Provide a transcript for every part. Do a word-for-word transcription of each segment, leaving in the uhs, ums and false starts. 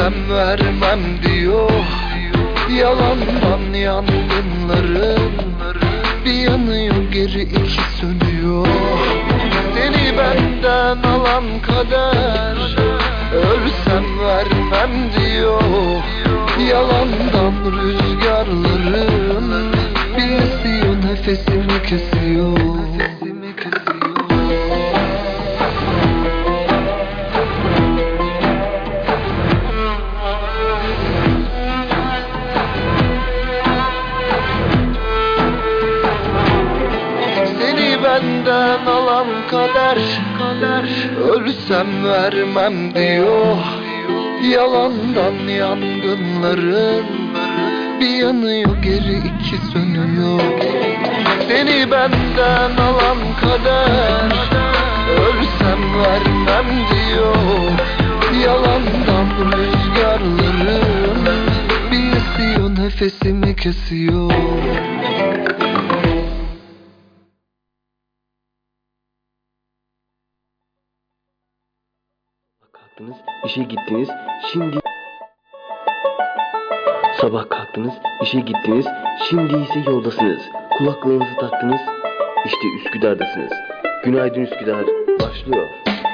Ölsem vermem diyor. Yalandan yangınların bir yanıyor, geri iki sönüyor. Seni benden alan kader ölsem vermem diyor. Yalandan rüzgarların bir esiyor, nefesimi kesiyor. Nefesimi kesiyor. Benden alan kader, kader ölsem vermem diyor. Yalandan yangınların bir yanıyor, geri iki sönüyor. Seni benden alan kader ölsem vermem diyor. Yalandan rüzgarların bir esiyor, nefesimi kesiyor. Kalktınız, işe gittiniz, şimdi... Sabah kalktınız, işe gittiniz, şimdi ise yoldasınız. Kulaklığınızı taktınız, işte Üsküdar'dasınız. Günaydın Üsküdar, başlıyor.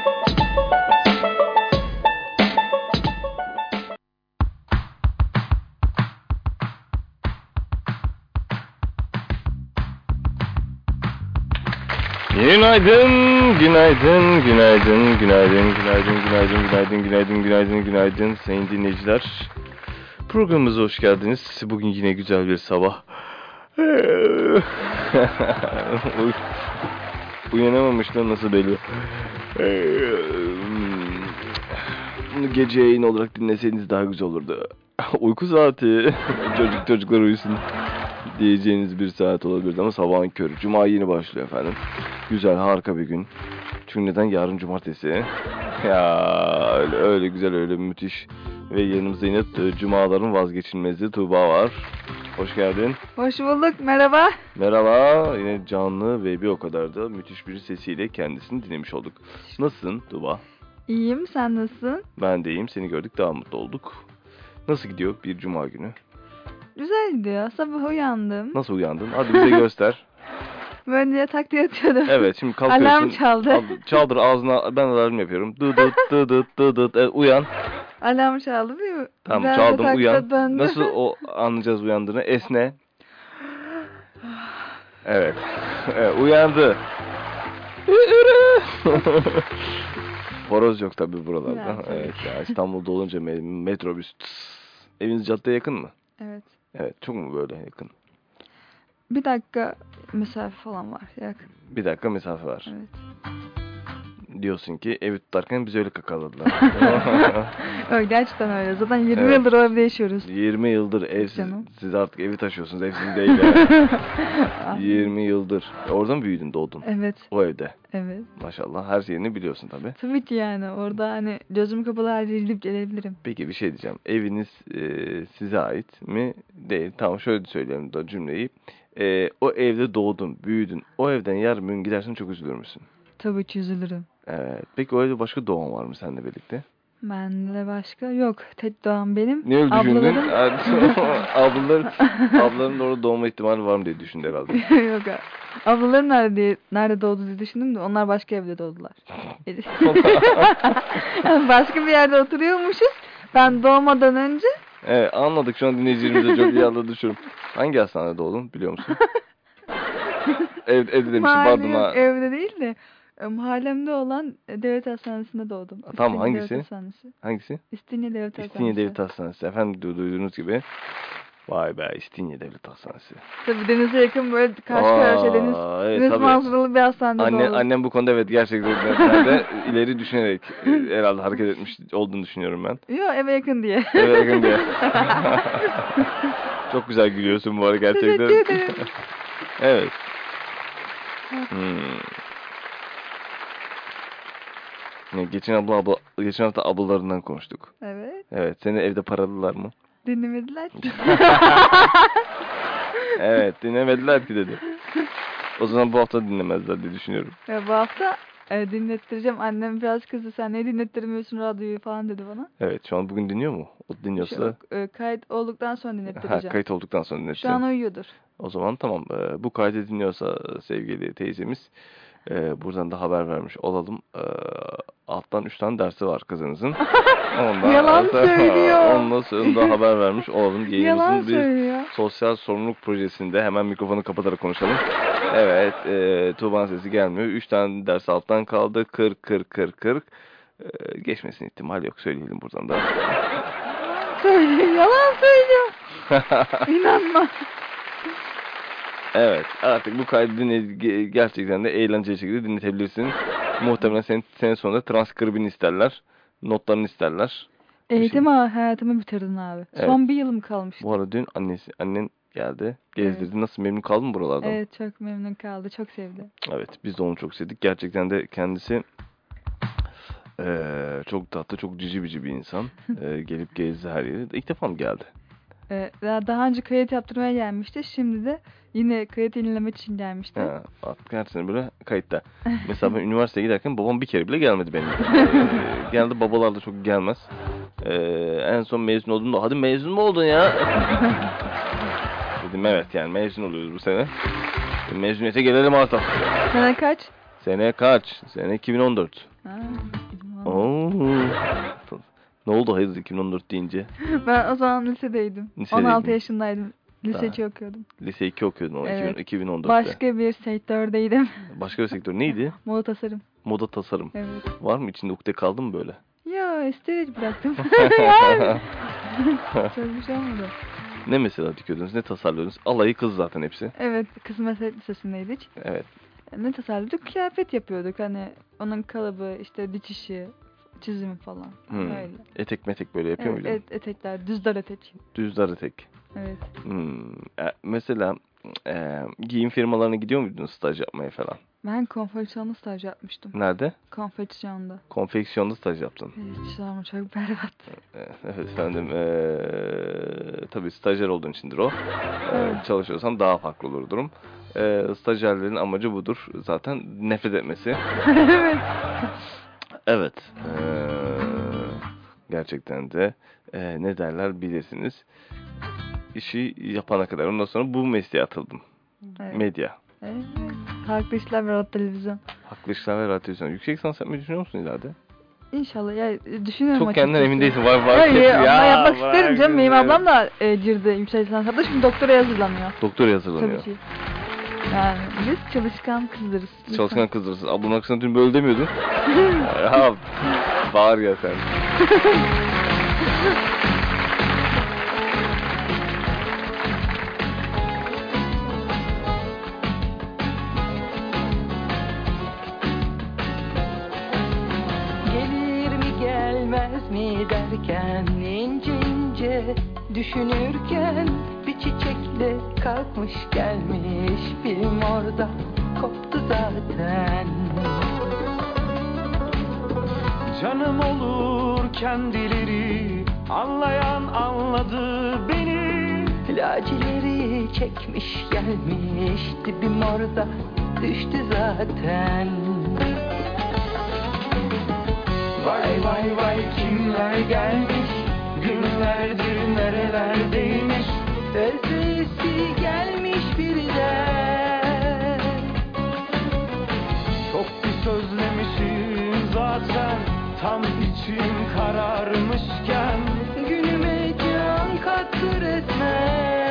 Günaydın, günaydın, günaydın, günaydın, günaydın, günaydın, günaydın, günaydın, günaydın, günaydın sayın dinleyiciler. Programımıza hoş geldiniz. Bugün yine güzel bir sabah. Uyanamamışlar nasıl belli. Bunu gece yayın olarak dinleseydiniz daha güzel olurdu. Uyku saati, çocuk çocuklar uyusun diyeceğiniz bir saat olabilirdi ama sabahın körü. Cuma yeni başlıyor efendim. Güzel, harika bir gün. Çünkü neden? Yarın cumartesi. Ya öyle, öyle güzel, öyle müthiş. Ve yanımızda yine cumaların vazgeçilmezi Tuğba var. Hoş geldin. Hoş bulduk, merhaba. Merhaba. Yine canlı ve bir o kadar da müthiş bir sesiyle kendisini dinlemiş olduk. Nasılsın Tuğba? İyiyim, sen nasılsın? Ben de iyiyim. Seni gördük, daha mutlu olduk. Nasıl gidiyor bir cuma günü? Güzel gidiyor. Sabah uyandım. Nasıl uyandın? Hadi bize göster. Böyle yatakta yatıyordum. Evet, şimdi kalkıyorsun. Alarm çaldı. Al, çaldır ağzına, ben alarm yapıyorum. Dı dı dı dı dı dı. Evet, uyan. Alarm çaldı değil mi? Tamam, Biraz çaldım, uyan. döndüm. Nasıl o anlayacağız uyandığını? Esne. Evet. Evet, uyandı. Horoz yok tabii buralarda. Ya, tabii. Evet ya, İstanbul'da olunca metrobüs. Eviniz caddeye yakın mı? Evet. Evet, çok mu böyle yakın? Bir dakika mesafe falan var, yakın. Bir dakika mesafe var. Evet. Diyorsun ki evi tutarken bizi öyle kakaladılar. Öyle, gerçekten öyle. Zaten yirmi Evet. yıldır o evde yaşıyoruz. yirmi yıldır evsiz. Canım. Siz artık evi taşıyorsunuz. Evsiz değil yani. yirmi yıldır. Orada mı büyüdün, doğdun? Evet. O evde. Evet. Maşallah, her şeyini biliyorsun tabii. Tabii ki yani. Orada hani gözüm kapalı her yere gidip gelebilirim. Peki bir şey diyeceğim. Eviniz e, size ait mi? Değil. Tamam, şöyle söyleyeyim da cümleyi. E, o evde doğdun, büyüdün. O evden yarın bir gün gidersin, çok üzülür müsün? Tabii ki üzülürüm. Evet. Peki o evde başka doğan var mı seninle birlikte? Benle başka yok. Tek doğan benim. Ne öyle düşündün? Ablalarım... Ablaların, ablaların da orada doğma ihtimali var mı diye düşündü herhalde. Yok abi. Ablalarım nerede diye, nerede doğdu diye düşündüm de onlar başka evde doğdular. Yani başka bir yerde oturuyormuşuz. Ben doğmadan önce. Evet, anladık, şu an dinleyicilerimize çok iyi anladı düşünüyorum. Hangi hastanede doğdun biliyor musun? Ev, evde demişim, pardon ha. Evde değil de mahallemde olan devlet hastanesinde doğdum. Tamam, İstinye hangisi? Devlet Hastanesi. Hangisi? İstinye Devlet Hastanesi. İstinye Devlet Hastanesi. Efendim duyduğunuz gibi. Vay be, İstinye Devlet Hastanesi. Tabii denize yakın, böyle karşı karşıya deniz, evet, deniz manzaralı bir hastanede Anne, doğdum. annem bu konuda evet gerçekten de ileri düşünerek e, herhalde hareket etmiş olduğunu düşünüyorum ben. Yok, eve yakın diye. Eve yakın diye. Çok güzel gülüyorsun bu arada gerçekten. Teşekkür ederim. Evet. Hmm. Ya, geçen abla, abla geçen hafta ablalarından konuştuk. Evet. Evet, seni evde paralılar mı? Dinlemediler ki. Evet, dinlemediler ki dedi. O zaman bu hafta dinlemezler diye düşünüyorum. Ya bu hafta e, dinlettireceğim. Annem biraz kızdı. Sen ne dinlettirmiyorsun radyoyu falan dedi bana. Evet, şu an bugün dinliyor mu? O dinliyorsa Şu, e, kayıt olduktan sonra ha, dinlettireceğim. kayıt olduktan sonra Şu dinleteceğim. an uyuyordur. O zaman tamam. Ee, bu kaydı dinliyorsa sevgili teyzemiz e, buradan da haber vermiş olalım. Ee, alttan üç tane dersi var kızınızın. Ondan, Yalan söylüyor. Ondan sonra da haber vermiş olalım. Yalan Yayınımızın bir söylüyor. sosyal sorumluluk projesinde hemen mikrofonu kapatarak konuşalım. Evet, e, Tuğba'nın sesi gelmiyor. üç tane ders alttan kaldı. kırk kırk kırk kırk. Ee, geçmesine ihtimal yok. Söyleyelim buradan da. Söylüyor. Yalan söylüyor. İnanma. Evet, artık bu kaydı dinle, gerçekten de eğlenceli şekilde dinletebilirsin. Muhtemelen senin, senin sonunda transkribini isterler, notlarını isterler. Eğitim hayatımı bitirdin abi. Evet. Son bir yılım kalmıştı. Bu arada dün annesi, annen geldi, gezdirdi. Evet. Nasıl, memnun kaldın mı buralardan? Evet, çok memnun kaldı, çok sevdi. Evet, biz de onu çok sevdik. Gerçekten de kendisi ee, çok tatlı, çok cici bici bir insan. ee, gelip gezdi her yeri. İlk defa mı geldi? Ee, daha önce kayıt yaptırmaya gelmişti. Şimdi de yine kayıt yenilemek için gelmişti. Ha, artık her sene böyle kayıtta. Mesela ben üniversiteye giderken babam bir kere bile gelmedi benim. Ee, genelde babalar da çok gelmez. Ee, en son mezun olduğumda hadi mezun mu oldun ya? Dedim evet, yani mezun oluyoruz bu sene. Mezuniyete gelelim artık. Sene kaç? Sene kaç? Sene iki bin on dört. Ha, Oo. Ne oldu hayır iki bin on dört deyince? Ben o zaman lisedeydim. Lisedeydin. on altı yaşındaydım. Lise iki Ha. okuyordum. Lise iki okuyordun o Evet. iki bin on dörtte. Başka bir sektördeydim. Başka bir sektör neydi? Moda tasarım. Moda tasarım. Evet. Var mı içinde ukde kaldı mı böyle? Yo, stage bıraktım. Yani. Çok bir şey olmadı. Ne mesela dikiyordunuz, ne tasarlıyordunuz? Alayı kız zaten hepsi. Evet, kız meslek lisesindeydik. Evet. Ne tasarlıyorduk? Kıyafet yapıyorduk. Hani onun kalıbı, işte dikişi, çizimi falan. Hmm. Öyle. Etek metek böyle yapıyor Evet, muydun? et, etekler, düzler etek. Düzler etek. Evet. Hmm. E, mesela e, giyim firmalarına gidiyor muydunuz staj yapmaya falan? Ben konfeksiyonda staj yapmıştım. Nerede? Konfeksiyonda. Konfeksiyonda staj yaptın. Hiç sorma, çok berbat. E, evet efendim. E, tabii stajyer olduğun içindir o. E, Evet. çalışıyorsan daha farklı olur durum. E, stajyerlerin amacı budur. Zaten nefret etmesi. Evet. Evet. E, gerçekten de e, ne derler bilirsiniz. İşi yapana kadar. Ondan sonra bu mesleğe atıldım. Evet. Medya. Evet. Halklı işler ve radyo televizyon. Haklı işler ve radyasyon. Yüksek lisans yapmayı düşünüyor musun ileride? İnşallah ya, düşünüyorum Çok açıkçası. kendinden emin değilsin. Var var. Hayır ya, ama yapmak bırak isterim canım. Benim bizi. ablam da e, girdi yüksek lisans yaptı. Şimdi doktora hazırlanıyor. Doktora hazırlanıyor. Tabii ki. Yani biz çalışkan kızlarız. Lütfen. Çalışkan kızdırsın. Ablanın aksine dün böyle demiyordun. Ya bağır ya sen. Gelir mi gelmez mi derken ince ince düşünürken bir çiçekle kalkmış gelmiş film orada koptu zaten. Canım olur kendileri anlayan anladı beni. Lacileri çekmiş gelmiş dibim orada düştü zaten. Vay vay vay kimler gelmiş, günlerdir nerelerdeymiş. Özlesi gelmiş birden. Çok bir sözlemişim zaten, tam içim kararmışken. Günüme can kattı resmen.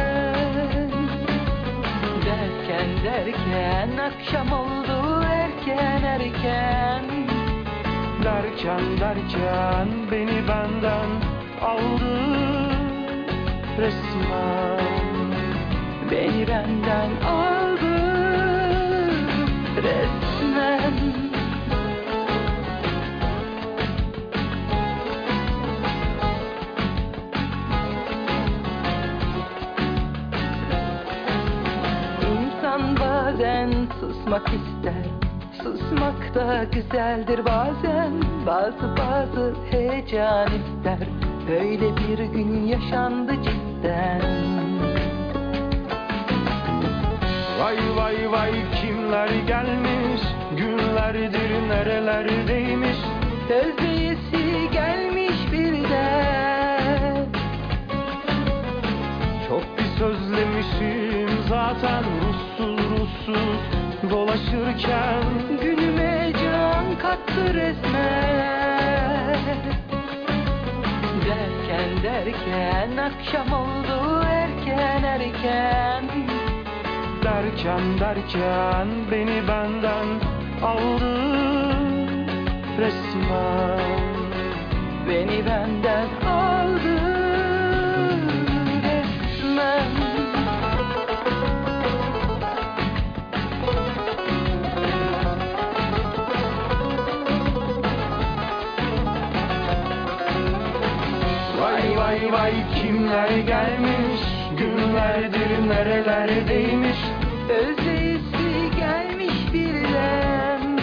Derken derken akşam oldu erken erken. Derken derken beni benden aldı resmen. Beni benden aldı resmen. İnsan bazen susmak ister. Susmak da güzeldir bazen. Bazı bazı heyecan ister. Böyle bir gün yaşandı cidden. Vay vay vay kimler gelmiş, günler Günlerdir nerelerdeymiş, Sözlüyesi gelmiş birden. çok bir sözlemişim zaten ruhsuz ruhsuz dolaşırken. Günüme can kattı resmen. Derken derken akşam oldu erken erken. Derken derken beni benden aldı resmen. Beni benden aldı resmen. Vay vay vay kimler gelmiş, günlerdir nerelerdeymiş. Özleyisi gelmiş birden.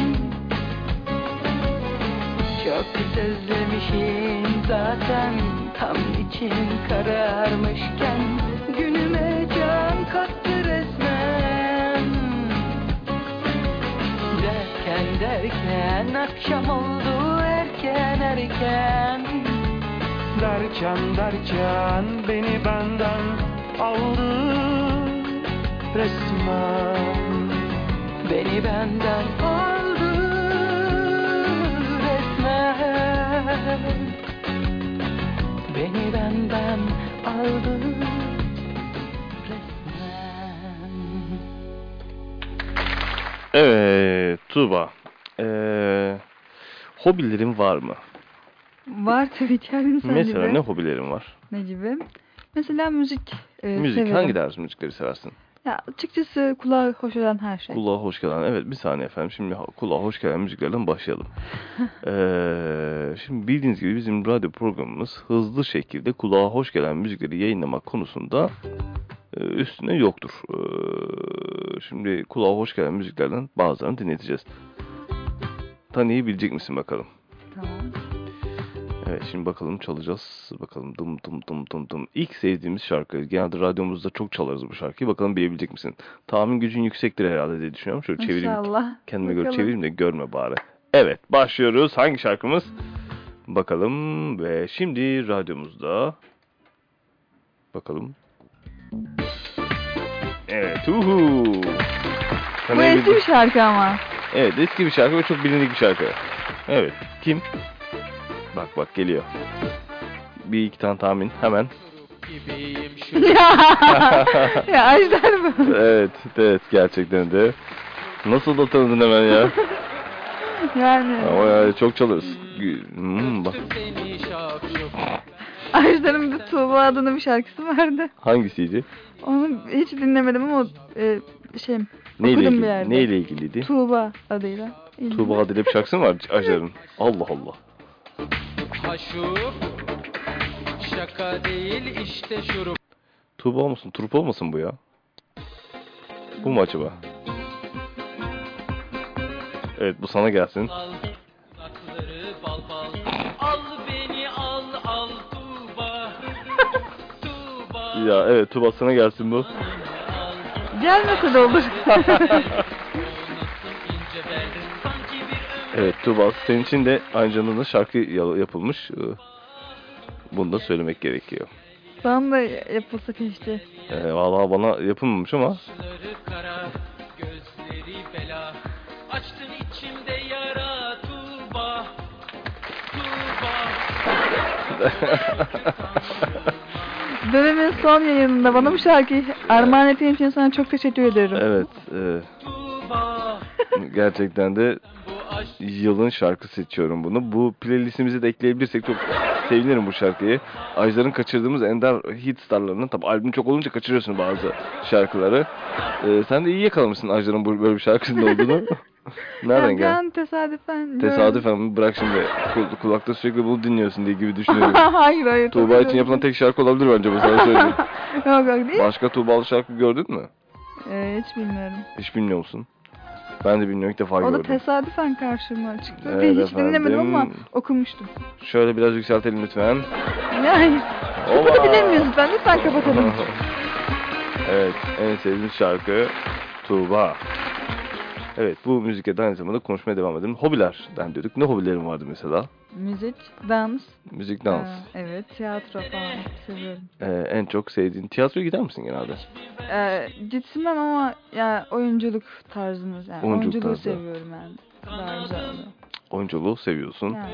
Çok özlemişim zaten, tam için kararmışken. Günüme can kattı resmen. Derken derken akşam oldu erken erken. Derken derken beni benden aldı resmen. Beni benden aldı resmen. Beni benden aldı resmen. Evet Tuğba. Ee, hobilerin var mı? Var tabii ki her insan Mesela gibi. ne hobilerin var? Ne gibi? Mesela müzik e, Müzik. severim. Hangi tarz müzikleri seversin? Ya açıkçası kulağa hoş olan her şey. Kulağa hoş gelen. Evet bir saniye efendim. Şimdi kulağa hoş gelen müziklerden başlayalım. ee, şimdi bildiğiniz gibi bizim radyo programımız hızlı şekilde kulağa hoş gelen müzikleri yayınlamak konusunda e, üstüne yoktur. Ee, şimdi kulağa hoş gelen müziklerden bazılarını dinleteceğiz. Tanıyabilecek misin bakalım? Tamam. Evet şimdi bakalım çalacağız. Bakalım dım dım dım dım dım. İlk sevdiğimiz şarkı. Genelde radyomuzda çok çalarız bu şarkıyı. Bakalım bilebilecek misin? Tahmin gücün yüksektir herhalde diye düşünüyorum. Şöyle çevireyim. İnşallah. Kendime göre Bakalım. çevireyim de görme bari. Evet başlıyoruz. Hangi şarkımız? Bakalım ve şimdi radyomuzda. Bakalım. Evet. Uhu. Bu eski bir şarkı ama. Evet eski bir şarkı ve çok bilindik bir şarkı. Evet. Kim? Bak bak geliyor. Bir iki tane tahmin hemen. Ya Ajdar mı? Evet, evet gerçekten de. Nasıl da tanıdın hemen ya? Yani. Ama yani çok çalarız. Hmm, bak. Ajdar'ın bir Tuğba adında bir şarkısı vardı. Hangisiydi? Onu hiç dinlemedim ama e, şey Neyle okudum bir ilgili, yerde. neyle ilgiliydi? Tuğba adıyla. Tuğba adıyla bir şarkısı mı var Ajdar'ın? Allah Allah. Ha şurup, şaka değil işte şurup. Tuğba olmasın, Turup olmasın bu ya? Bu mu acaba? Evet bu sana gelsin. Al sakları bal bal. Al beni al al Tuğba. Tuğba. Ya evet Tuğba sana gelsin bu. Gelmese de olur. Evet Tuğba senin için de aynı zamanda şarkı yapılmış. Bunu da söylemek gerekiyor. Bana da yapılsa keşke. Ee, vallahi bana yapılmamış ama. Kara, gözleri bela. Açtın içimde yara Tuğba. Tuğba. Dönemin son yayınında bana bu şarkıyı armağan ettiğin için sana çok teşekkür ederim. Evet. E, gerçekten de yılın şarkı seçiyorum bunu. Bu playlistimize de ekleyebilirsek çok sevinirim bu şarkıyı. Ajdar'ın kaçırdığımız ender hit starlarının, tabi albüm çok olunca kaçırıyorsun bazı şarkıları. E, sen de iyi yakalamışsın Ajdar'ın böyle bir şarkısının olduğunu. Nereden ya, geldi? ben tesadüfen. Tesadüfen bırak şimdi Kul- kulakta sürekli bunu dinliyorsun diye gibi düşünüyorum. hayır hayır. Tuğba için yapılan tek şarkı olabilir bence bu, sana söyleyeyim. Yok yok değil. Başka Tuğba'lı şarkı gördün mü? Ee, hiç bilmiyorum. Hiç bilmiyor musun? Ben de bilmiyorum, ilk defa O gördüm. da tesadüfen karşıma çıktı. Evet Ve hiç efendim. dinlemedim ama okumuştum. Şöyle biraz yükseltelim lütfen. Yani. Oba! Kapatabilir lütfen? Lütfen kapatalım. Evet, en sevdiğim şarkı Tuğba. Evet, bu müzikle de aynı zamanda konuşmaya devam edelim. Hobilerden diyorduk. Ne hobilerin vardı mesela? Müzik, dans. Müzik, dans. Ee, evet, tiyatro falan seviyorum. Ee, en çok sevdiğin tiyatroya gider misin genelde? Ee, gitmem ama ya oyunculuk tarzımız yani. Oyunculuk Oyunculuğu tarzı. seviyorum yani. Daha güzel oluyor. Oyunculuğu seviyorsun. Yani.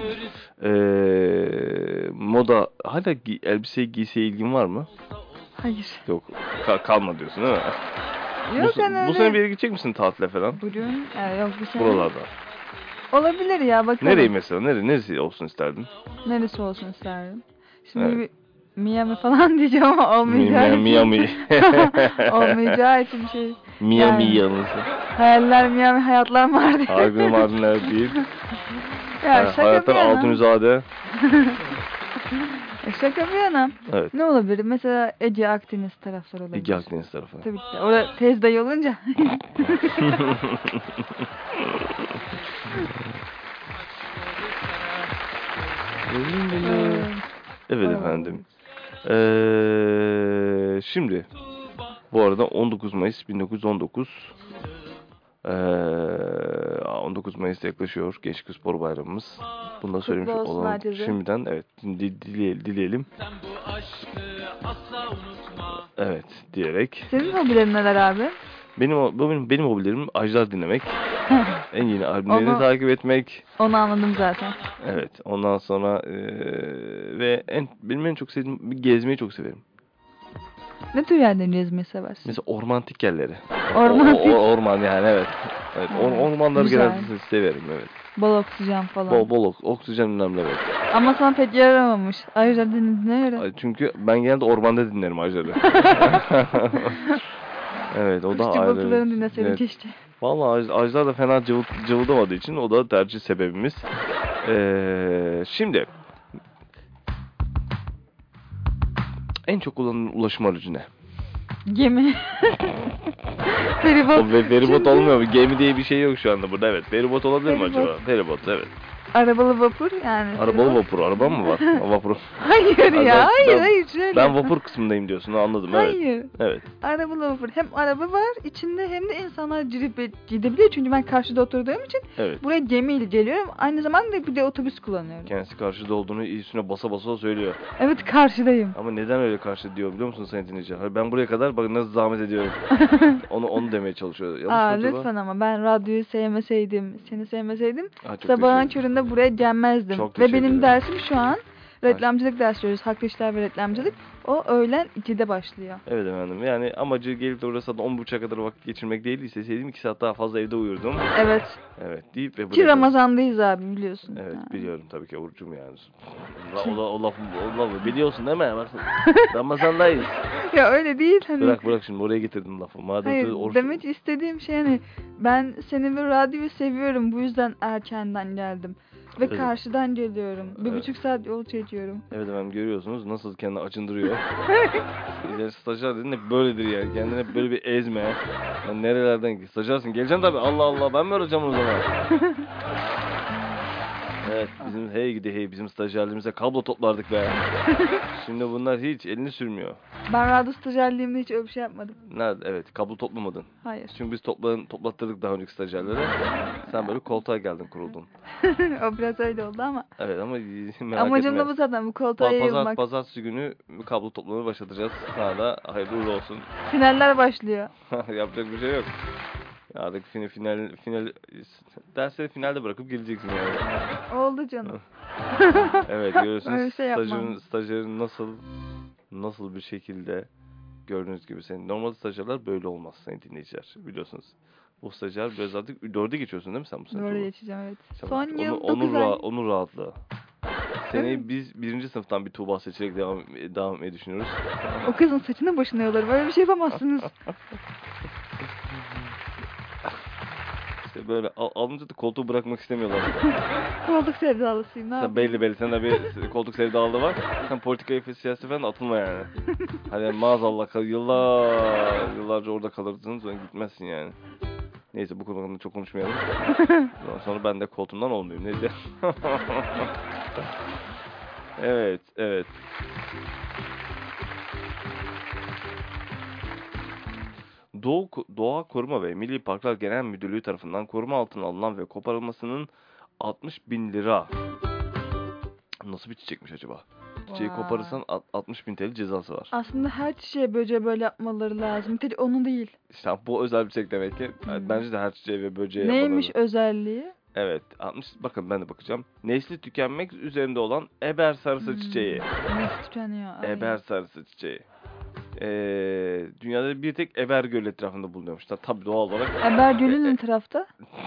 Ee, moda, hala gi- elbise giysiye ilgin var mı? Hayır. Yok, ka- kalma diyorsun değil mi? Yok bu, yani bu öyle. sene bir yere gidecek misin tatile falan? Bugün e, yok bir şey. Buralarda. Olabilir ya bakalım. Nereyi mesela? Nere, neresi olsun isterdin? Neresi olsun isterdim. Şimdi Evet. bir Miami falan diyeceğim ama olmayacağı için. Miami. olmayacağı için şey. Miami Yani. yanısı. Hayaller Miami, hayatlar Mardin. Harbim ardınlar değil. ya Ha, şaka bir hayattan yana. Altunizade. E, şaka bir yana. Evet. Ne olabilir? Mesela Ege Akdeniz tarafları olabilir. Ege Akdeniz tarafı. Tabii ki de. Orada tez dayı olunca. Ee, Evet efendim. Ee, şimdi bu arada on dokuz Mayıs bin dokuz yüz on dokuz ee, on dokuz Mayıs'ta yaklaşıyor Gençlik Spor Bayramımız. Bunu da söylemiş olsun olalım. herkese. Şimdiden evet dil- dileyelim, dileyelim. Sen bu aşkı asla unutma. Evet diyerek. Senin hobilerin neler abi? Benim o- benim benim hobilerim Ajdar dinlemek. En yeni albümlerini Onu- takip etmek. Onu anladım zaten. Evet. Ondan sonra ee, ve en benim en çok sevdiğim gezmeyi çok severim. Ne tür yerleri gezmeyi seversin? Mesela ormantik yerleri. Ormantik. O, o- orman yani evet. Evet. or- Ha, ormanları güzel. genelde severim evet. Bol oksijen falan. Bol bol ok- oksijen önemli evet. Ama sana pek yaramamış. Ayrıca dinlediğine göre. Ay, çünkü ben genelde ormanda dinlerim Ajdar'ı. Evet o Kuş da cıvıltılarını ayrı. dinleseydin Evet. keşke. Vallahi Aj- Ajdar da fena cıvıl, cıvıldamadığı için o da tercih sebebimiz. Ee, şimdi en çok kullanılan ulaşım aracı ne? Gemi. Feribot. O ve feribot Çünkü olmuyor. Gemi diye bir şey yok şu anda burada. Evet. Feribot olabilir mi Feribot. acaba? Feribot evet. Arabalı vapur yani. Arabalı feribot. vapur. Araba mı var? Vapur. Hayır Ben- ya. Hayır ben- hayır. Şöyle. Ben vapur kısmındayım diyorsun. Anladım. Evet. Hayır. Evet. Arabalı vapur. Hem araba var içinde hem de insanlar girip gidebiliyor. Çünkü ben karşıda oturduğum için Evet. buraya gemiyle geliyorum. Aynı zamanda bir de otobüs kullanıyorum. Kendisi karşıda olduğunu üstüne basa basa söylüyor. Evet karşıdayım. Ama neden öyle karşı diyor biliyor musun sayın dinleyici? Hayır, ben buraya kadar bak nasıl zahmet ediyorum. onu onu demeye çalışıyor. Yanlış Aa mı acaba? lütfen ama ben radyoyu sevmeseydim, seni sevmeseydim Ha, çok sabahın teşekkür- köründe buraya gelmezdim. Çok Ve teşekkür benim ederim. dersim şu an reklamcılık ders veriyoruz. Haklı işler ve reklamcılık. O öğlen ikide başlıyor. Evet efendim. Yani amacı gelip de orası on buçuğa kadar vakit geçirmek değildi. İsteseydim iki saat daha fazla evde uyurdum. Evet. Evet deyip ve Ki buraya- Ramazan'dayız abi biliyorsun. Evet Yani. biliyorum tabii ki orucum yani. La- O, da, o lafı o lafı biliyorsun değil mi? Bak, Ramazandayız. Ya öyle değil hani. Bırak bırak şimdi oraya getirdim lafı. Madem Hayır ki oruç... demek istediğim şey hani ben seni ve radyoyu seviyorum. Bu yüzden erkenden geldim. Ve Evet. karşıdan geliyorum. Bir Evet. buçuk saat yol çekiyorum. Evet efendim görüyorsunuz nasıl kendini acındırıyor. İleri stajyer dedin hep böyledir yani. Kendini hep böyle bir ezme. Yani nerelerden stajyersın? Geleceksin tabii. Allah Allah ben mi öğreteceğim o zaman? Evet bizim hey gidi hey bizim stajyerlerimize kablo toplardık be. Şimdi bunlar hiç elini sürmüyor. Ben radyo stajyerliğimde hiç öyle bir şey yapmadım. Nerede? Evet kablo toplamadın. Hayır. Çünkü biz toplan, toplattırdık daha önceki stajyerlere. Sen böyle koltuğa geldin kuruldun. O biraz öyle oldu ama. Evet ama merak Amacım etme. da bu zaten bu koltuğa Pa- Pazar, yayılmak. pazartesi günü kablo toplamaya başlatacağız. Sana da hayırlı uğurlu olsun. Finaller başlıyor. Yapacak bir şey yok. Artık final, final, final dersleri finalde bırakıp geleceksin yani. Oldu canım. Evet görüyorsunuz Öyle şey yapmam. stajyerin, stajyerin nasıl nasıl bir şekilde gördüğünüz gibi senin normal stajyerler böyle olmaz sayın dinleyiciler biliyorsunuz. Bu stajyer biraz artık dörde geçiyorsun değil mi sen bu sene? Böyle geçeceğim evet. Tamam. Son Onu- yıl onun, dokuz ay. rahat, onun rahatlığı. Seneyi Evet. biz birinci sınıftan bir Tuğba seçerek devam, devam etmeyi düşünüyoruz. O kızın saçını başına yolarım. Öyle bir şey yapamazsınız. İşte böyle al, alınca da koltuğu bırakmak istemiyorlar. Koltuk sevdalısıyım. Ne Sen yapayım? belli belli sende bir koltuk sevdalığı var. Sen politikaya ve siyasete falan atılma yani. Hani maazallah kal yıllar yıllarca orada kalırsın sonra gitmezsin yani. Neyse bu konu hakkında çok konuşmayalım. Ondan sonra ben de koltuğumdan olmayayım. Neyse. Evet, evet. Doğu, Doğa Koruma ve Milli Parklar Genel Müdürlüğü tarafından koruma altına alınan ve koparılmasının altmış bin lira. Nasıl bir çiçekmiş acaba? Çiçeği Vay. koparırsan alt- altmış bin T L cezası var. Aslında her çiçeğe böceğe böyle yapmaları lazım. Tek onu değil. İşte bu özel bir çiçek demek ki. Hmm. Bence de her çiçeğe ve böceğe Neymiş yapmaları. özelliği? Evet. altmış bakın ben de bakacağım. Nesli tükenmek üzerinde olan eber sarısı Hmm. çiçeği. Nasıl tükeniyor? Ay. Eber sarısı çiçeği. Ee, dünyada bir tek Eber Gölü etrafında bulunuyormuş. Tabii doğal olarak. Eber Gölü ne tarafta?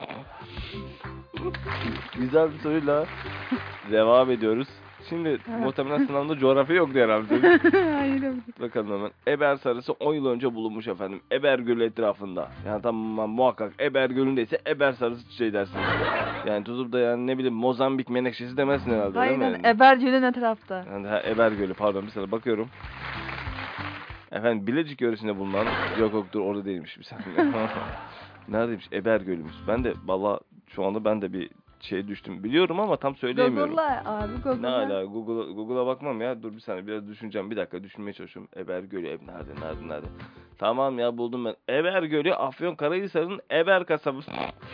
Güzel bir soruyla devam ediyoruz. Şimdi Evet. muhtemelen sınavda coğrafya yoktu herhalde. Hayır yok. Bakalım hemen. Eber sarısı on yıl önce bulunmuş efendim. Eber Gölü etrafında. Yani tamam muhakkak Eber Gölü'ndeyse Eber sarısı çiçeği dersiniz. Yani tutup da yani ne bileyim Mozambik menekşesi demezsin herhalde değil mi? Aynen. Yani? Eber Gölü ne tarafta? Yani ha, Eber Gölü pardon bir saniye bakıyorum. Efendim Bilecik yöresinde bulunan yok yok dur orada değilmiş bir saniye. Neredeymiş? Eber Gölü'müş. Ben de valla şu anda ben de bir şeye düştüm. Biliyorum ama tam söyleyemiyorum. Google'la abi Google'la. Ne ala Google'a Google'a bakmam ya. Dur bir saniye biraz düşüneceğim. Bir dakika düşünmeye çalışıyorum. Eber Gölü ev nerede nerede nerede? Tamam ya buldum ben. Eber Gölü Afyonkarahisar'ın Eber kasabası.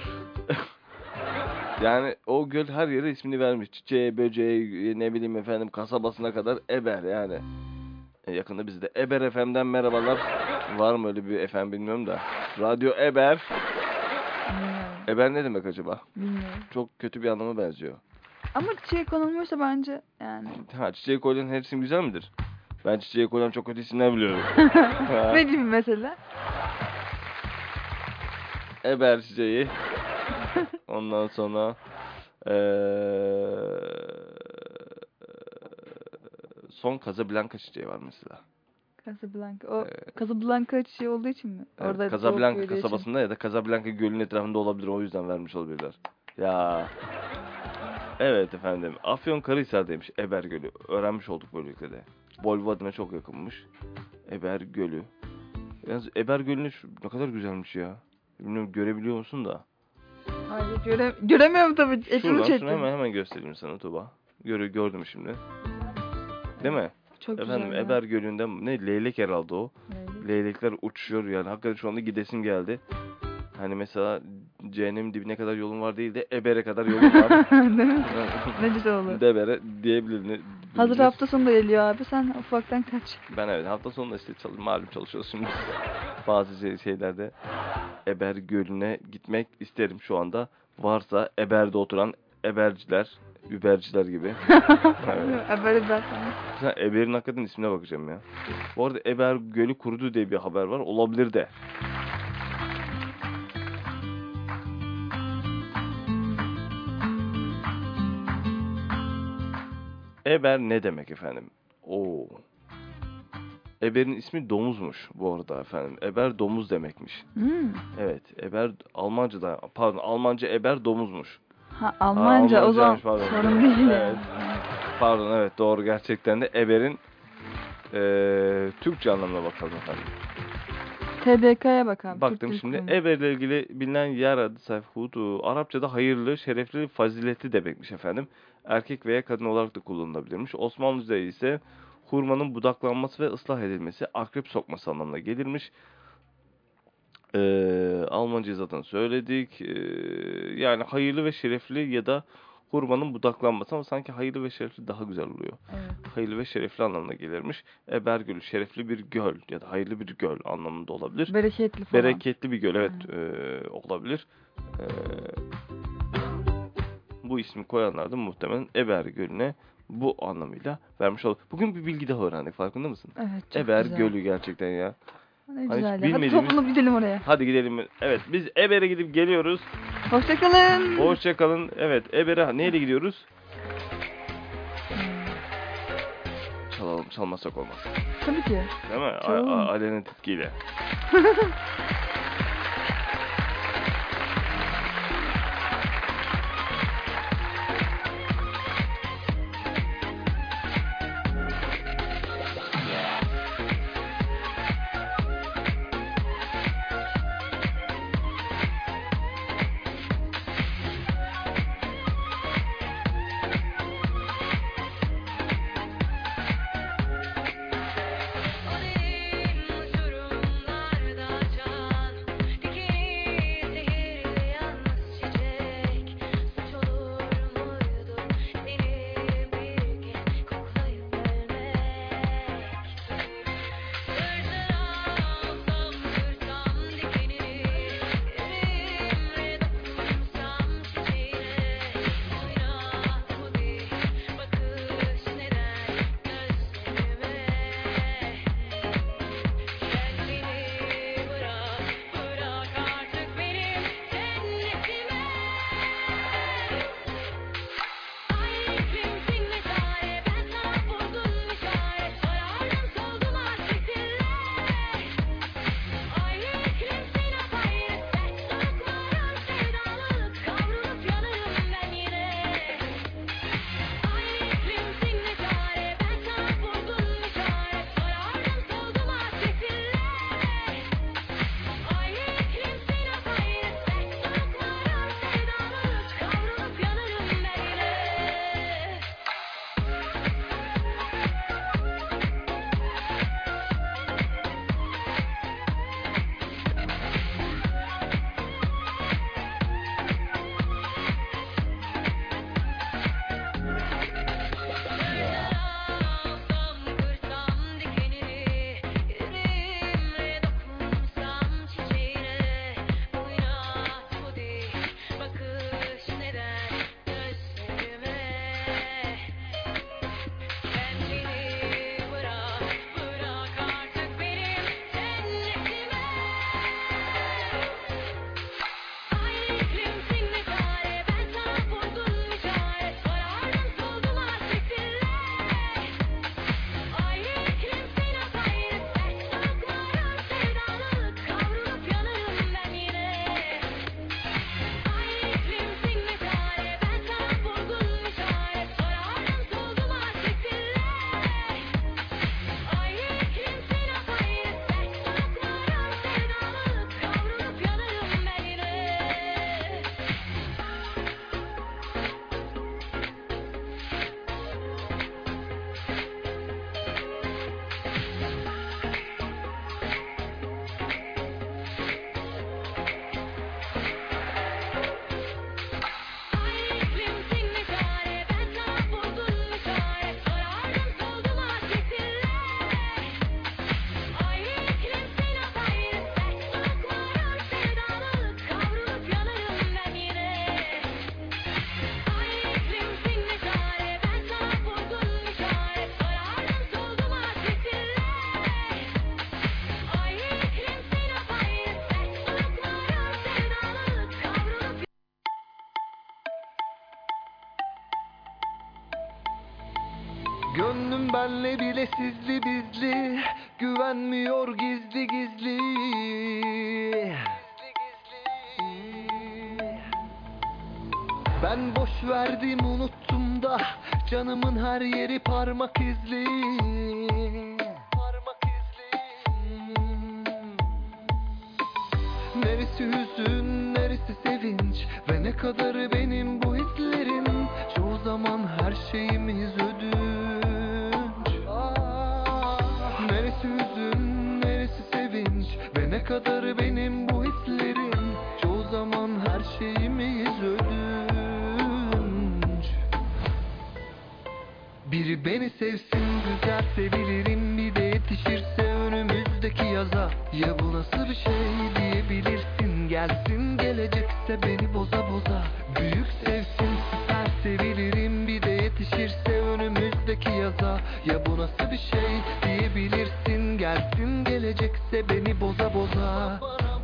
Yani o göl her yere ismini vermiş. Çiçeğe, böceğe, ne bileyim efendim kasabasına kadar Eber yani. E, yakında bizde Eber F M'den merhabalar. Var mı öyle bir F M bilmiyorum da. Radyo Eber. Bilmiyorum. Eber ne demek acaba? Bilmiyorum. Çok kötü bir anlama benziyor. Ama çiçeğe konulmuyorsa bence yani. Ha çiçeğe koyulan her isim güzel midir? Ben çiçeğe koyulan çok kötü isimler biliyorum. Ha, Ne gibi mesela? Eber çiçeği. Ondan sonra eee son Casablanca çiçeği var mesela. Casablanca. O Ee, Casablanca çiçeği olduğu için mi? Evet, Orada Casablanca çok büyüdüğü için. kasabasında ya da Casablanca gölünün etrafında olabilir. O yüzden vermiş olabilirler. Ya. Evet efendim. Afyonkarahisar'daymış Eber Gölü. Öğrenmiş olduk böylelikle de. Bolvadin'e çok yakınmış. Eber Gölü. Yalnız Eber Gölü'nü şu- ne kadar güzelmiş ya. Bilmiyorum görebiliyor musun da. Hayır göre göremiyorum tabii. Ekranı Şuradan şunu çektim. hemen hemen göstereyim sana Tuba. Gör, gördüm şimdi. Değil mi? Çok Efendim güzel ya. Eber Gölü'nde ne leylek herhalde o. Leylek. Leylekler uçuyor yani. Hakikaten şu anda gidesim geldi. Hani mesela cehennemin dibine kadar yolun var değil de Eber'e kadar yolun var. Değil mi? Ne güzel olur. Debere diyebilir. Hazır hafta sonu da geliyor abi. Sen ufaktan kaç. Ben evet hafta sonunda işte çalış, malum çalışıyoruz şimdi. Bazı şey, şeylerde Eber Gölü'ne gitmek isterim şu anda. Varsa Eber'de oturan Eberciler, Überciler gibi. Evet. Böyle ben. Sen Eber'in hakikaten ismine bakacağım ya. Bu arada Eber Gölü kurudu diye bir haber var. Olabilir de. Eber ne demek efendim? Oo. Eber'in ismi domuzmuş bu arada efendim. Eber domuz demekmiş. Hmm. Evet. Eber Almanca'da pardon Almanca Eber domuzmuş. Ha Almanca Ha, o zaman Almancaymış, pardon. sorun değil. Evet. Pardon evet doğru gerçekten de Eber'in eee Türkçe anlamına bakalım efendim. T D K'ya bak abi. Baktım Türk Dil şimdi Kurumu. Eber ile ilgili bilinen yer adı sayfudu. Arapçada hayırlı, şerefli, faziletli demekmiş efendim. Erkek veya kadın olarak da kullanılabilirmiş. Osmanlıca'da ise hurmanın budaklanması ve ıslah edilmesi, akrep sokması anlamına gelirmiş. Ee, Almancayı zaten söyledik. Ee, yani hayırlı ve şerefli ya da hurmanın budaklanması ama sanki hayırlı ve şerefli daha güzel oluyor. Evet. Hayırlı ve şerefli anlamına gelirmiş. Eber Gölü şerefli bir göl ya da hayırlı bir göl anlamında olabilir. Bereketli falan. Bereketli bir göl evet e, olabilir. E, bu ismi koyanlar da muhtemelen Eber Gölü'ne bu anlamıyla vermiş olur. Bugün bir bilgi daha öğrendik farkında mısın? Evet çok Eber güzel. Gölü gerçekten ya. Ne Hani güzel ya. Hadi bilmediğimiz- toplanıp gidelim oraya. Hadi gidelim. Evet biz Eber'e gidip geliyoruz. Hoşçakalın. Hoşçakalın. Evet Eber'e neyle gidiyoruz? Çalalım çalmasak olmaz. Tabii ki. Değil mi? A- Çalalım. a- Alenin titkiyle. Uçurumlarda çağ benle bile sizli bizli, güvenmiyor gizli gizli. Ben boş verdim unuttum da, canımın her yeri parmak izli. Parmak izli. Neresi hüzün, neresi sevinç, ve ne kadarı benim bu hislerin. Çoğu zaman her şeyimiz ödünç. Neresi hüzün, neresi sevinç, ve ne kadarı benim bu hislerin. Çoğu zaman her şeyimiz ödünç. Biri beni sevsin, güzel sebilirim, bir de yetişirse önümüzdeki yaza. Ya bu nasıl bir şey diyebilirsin, gelsin gelecekse beni boza boza. Büyük sevsin, süper sevilirim, bir de yetişirse önümüzdeki yaza. Ya bu nasıl bir şey diyebilirsin, gelsin gelecekse beni boza boza.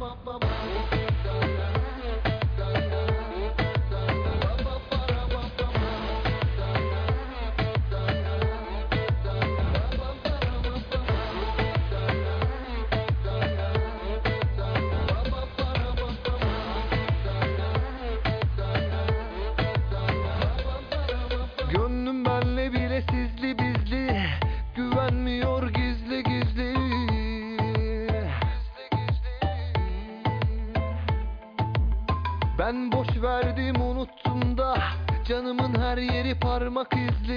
Gönlüm benle bile sizli bizli, güvenmiyor gizli gizli. Ben boş verdim unuttum da, canımın her yeri parmak izli.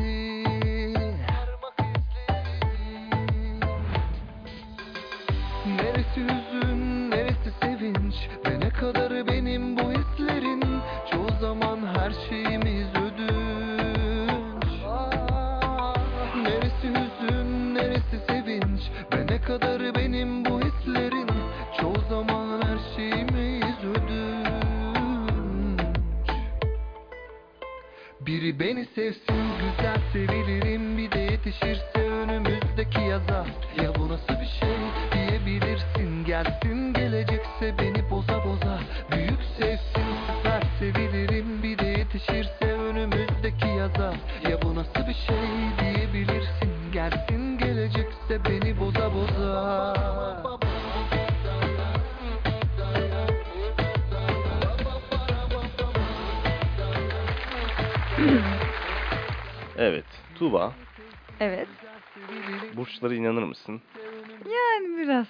Neresi hüzün, neresi sevinç, ve ne kadarı benim bu hislerin. Çoğu zaman her şeyimiz ödünç. Neresi hüzün, neresi sevinç, ve ne kadarı benim bu hislerin. Çoğu zaman her şeyimiz ödünç. Biri beni sevsin, güzel sevilirim, bir de yetişirse önümüzdeki yaza. Ya bu nasıl bir şey diyebilirsin, gelsin gelecekse beni boza boza. Büyük sevsin, süper sevilirim, bir de yetişirse önümüzdeki yaza. Ya bu nasıl bir şey diyebilirsin, gelsin gelecekse beni boza boza. Evet, Tuğba, Evet. burçlara inanır mısın? Yani biraz.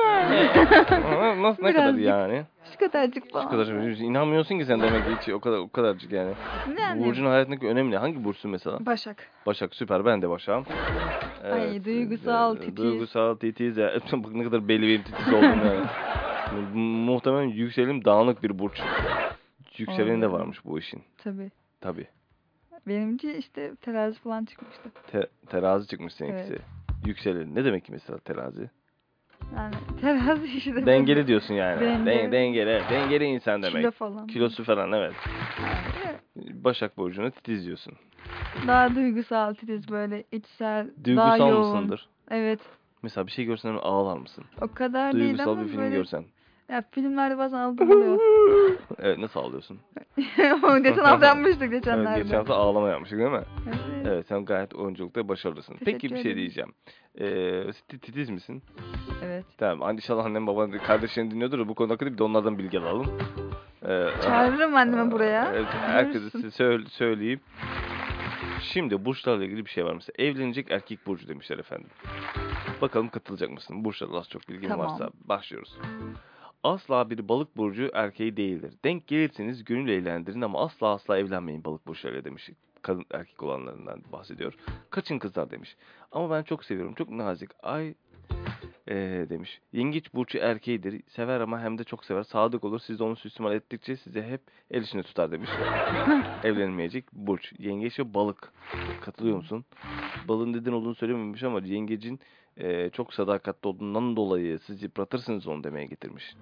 Ama Nasıl, ne kadar Birazcık. yani? Şu kadarcık falan. Bu kadar inanmıyorsun ki sen demek ki hiç o kadar o kadarcık yani. Yani. Burcun hayatındaki önemli. Hangi burçsun mesela? Başak. Başak, süper, ben de Başak'ım. Ay, duygusal, e, titiz. Duygusal, titiz. Ya. Bak ne kadar belli benim titiz oldum yani. Mu- Muhtemelen yükselenim dağınık bir burç. Yükseleni de Olabilir. varmış bu işin. Tabii. Tabii. Benimki işte terazi falan çıkmıştı. Te- terazi çıkmış seninkisi. Evet. Yükselen. Ne demek ki mesela terazi? Yani terazi işte. Dengeli diyorsun yani. Denge. Den- dengeli. Dengeli insan demek. Kilo falan. Kilosu falan, evet. Yani Başak burcuna titiz diyorsun. daha duygusal, titiz, böyle içsel, daha Duygusal yoğun. mısındır? Evet. Mesela bir şey görsen hemen ağlar mısın? O kadar değil Duygusal ama bir film böyle. görsen. Ya filmlerde bazen aldığım oluyor. Evet, nasıl ağlıyorsun? Geçen hafta yapmıştık Evet, geçenlerde. geçen hafta ağlama yapmıştık değil mi? Evet. Evet, sen gayet oyunculukta başarılısın. Teşekkür Peki bir şey ederim. diyeceğim. Ee, ti- titiz misin? Evet. Tamam. Hani inşallah annem baban kardeşlerin dinliyordur da bu konu hakkında bir de onlardan bilgi alalım. Ee, Çağırırım anneme buraya. Evet, herkese Görürsün. size söyle- söyleyeyim. Şimdi burçlarla ilgili bir şey var mesela. Evlenecek erkek burcu demişler efendim. Bakalım katılacak mısın? Burçlarla az çok bilgin Tamam. varsa başlıyoruz. Asla bir balık burcu erkeği değildir. Denk gelirseniz gönül eğlendirin ama asla asla evlenmeyin balık burçlarıyla demiş. Kadın erkek olanlarından bahsediyor. Kaçın kızlar demiş. Ama ben çok seviyorum. Çok nazik. Ay ee, demiş. Yengeç burcu erkeğidir. Sever ama hem de çok sever. Sadık olur. Siz de onu suistimal ettikçe size hep el içinde tutar demiş. Evlenmeyecek burç. Yengeç ve balık. Katılıyor musun? Balığın neden olduğunu söylememiş ama yengecin e, çok sadakatli olduğundan dolayı siz yıpratırsınız onu demeye getirmiş.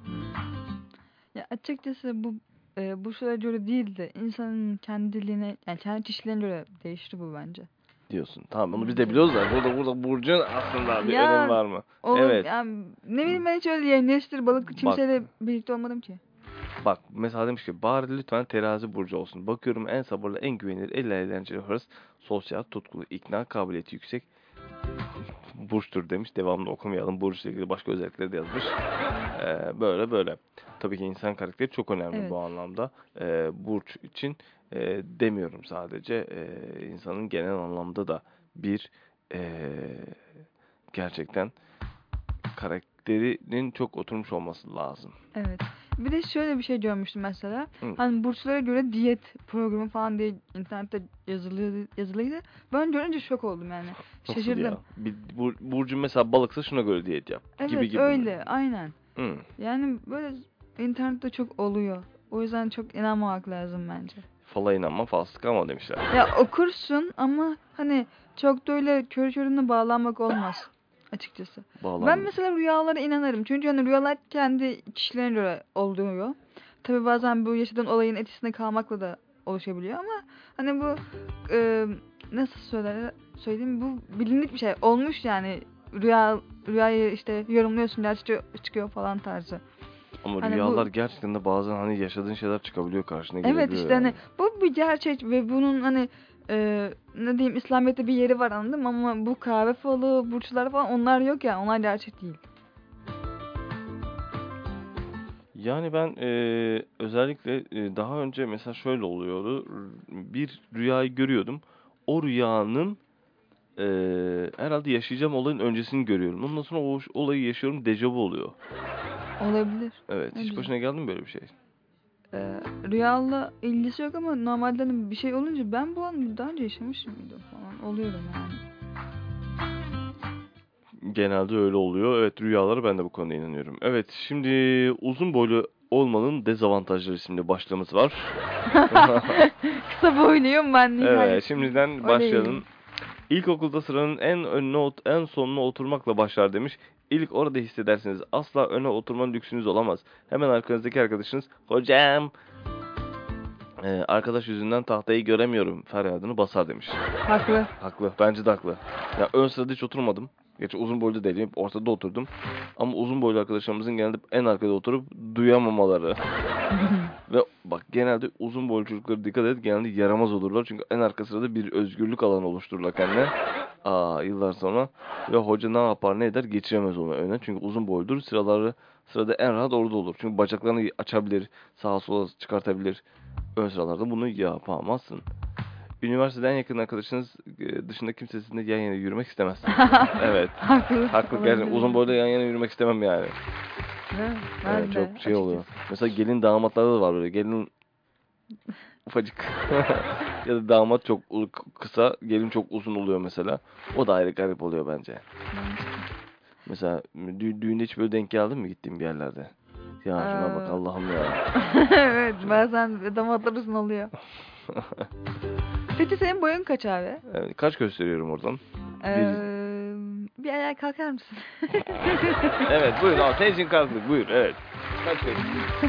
Ya açıkçası bu e, bu şöyle göre değil de insanın kendiliğine, yani kendi kişiliğine göre değişir bu bence. Diyorsun. Tamam, onu biz de biliyoruz da burada burada burcun aslında bir Ya, önemi var mı? Olur, Evet. yani ne bileyim, ben hiç öyle yengeçtir, balık, kimseyle birlikte olmadım ki. Bak mesela demiş ki bari lütfen terazi burcu olsun. Bakıyorum en sabırlı, en güvenilir, en eğlenceli, hırs, sosyal, tutkulu, ikna kabiliyeti yüksek. Burçtur demiş. Devamlı okumayalım. Burçla ilgili başka özellikleri de yazmış. Ee, böyle böyle. Tabii ki insan karakteri çok önemli Evet. bu anlamda. Ee, burç için e, demiyorum sadece. Ee, insanın genel anlamda da bir e, gerçekten karakterinin çok oturmuş olması lazım. Evet. Bir de şöyle bir şey görmüştüm mesela. Hı. Hani burçlara göre diyet programı falan diye internette yazılıydı, yazılıydı. Ben görünce şok oldum yani. Nasıl Şaşırdım. ya? Bir, bur, burcu mesela balıksa şuna göre diyet yap. Evet gibi gibi. öyle aynen. Hı. Yani böyle internette çok oluyor. O yüzden çok inanmamak lazım bence. Fala inanma falsızlık ama demişler. Ya okursun ama hani çok da öyle körü körüne bağlanmak olmaz açıkçası. Bağlanmış. Ben mesela rüyalara inanırım. Çünkü hani rüyalar kendi kişilerine göre oluyor. Tabii bazen bu yaşadığın olayın etkisinde kalmakla da oluşabiliyor ama hani bu e, nasıl söyler, söyleyeyim bu bilindik bir şey. Olmuş yani rüya rüyayı işte yorumluyorsun gerçekçi çıkıyor falan tarzı. Ama Hani rüyalar bu- gerçekten de bazen hani yaşadığın şeyler çıkabiliyor karşına Evet gelebiliyor işte hani yani. bu bir gerçek ve bunun hani e, ne diyeyim İslamiyet'te bir yeri var anladım ama bu kahve falı, burçlar falan onlar yok ya onlar gerçek değil. Yani ben eee, özellikle eee, daha önce mesela şöyle oluyordu. R- Bir rüyayı görüyordum. O rüyanın eee, herhalde yaşayacağım olayın öncesini görüyorum. Ondan sonra o ş- olayı yaşıyorum, dejavu oluyor. Olabilir. Evet, Ne hiç güzel. başına geldi mi böyle bir şey? Ee, rüyayla ilgisi yok ama normalde hani bir şey olunca ben bu an daha önce yaşamış mıydım falan oluyorum yani. Genelde öyle oluyor. Evet, rüyalara ben de bu konuda inanıyorum. Evet, şimdi uzun boylu olmanın dezavantajları isimli başlığımız var. Kısa boyluyum ben nihayet. Evet, şimdiden Oley. başlayalım. İlkokulda sıranın en önüne ot- en sonuna oturmakla başlar demiş. İlk orada hissedersiniz. Asla öne oturmanın lüksünüz olamaz. Hemen arkanızdaki arkadaşınız hocam e, arkadaş yüzünden tahtayı göremiyorum feryadını basar demiş. Haklı. Haklı. Bence de haklı. Ya ön sırada hiç oturmadım. Gerçi uzun boylu değilim. Ortada oturdum. Ama uzun boylu arkadaşlarımızın genelde en arkada oturup duyamamaları. Ve bak genelde uzun boylu çocuklara dikkat et. Genelde yaramaz olurlar. Çünkü en arka sırada bir özgürlük alanı oluştururlar kendine. Aa yıllar sonra. Ve hoca ne yapar ne eder geçiremez onu öne. Çünkü uzun boyludur. Sıraları sırada en rahat orada olur. Çünkü bacaklarını açabilir. Sağa sola çıkartabilir. Ön sıralarda bunu yapamazsın. Üniversiteden yakın arkadaşınız e, dışında kimse sizinle yan yana yürümek istemez. Evet. Haklı. Haklı Olabilir. gerçekten uzun boylu yan yana yürümek istemem yani. Değil mi? Ben Evet, de çok şey açıkçası. oluyor. Mesela gelin damatlarda da var böyle. Gelin ufacık. Ya da damat çok u- kısa, gelin çok uzun oluyor mesela. O da ayrı garip oluyor bence. Mesela dü- düğünde hiç böyle denk geldin mi gittiğin bir yerlerde? Ya şuna bak Ee, Allah'ım ya. Evet bazen damatlar uzun oluyor. Peki senin boyun kaç abi? Evet, kaç gösteriyorum oradan? Ee, bir ayağa kalkar mısın? Evet buyur abi senin için kalktık buyur evet. Kaç göz?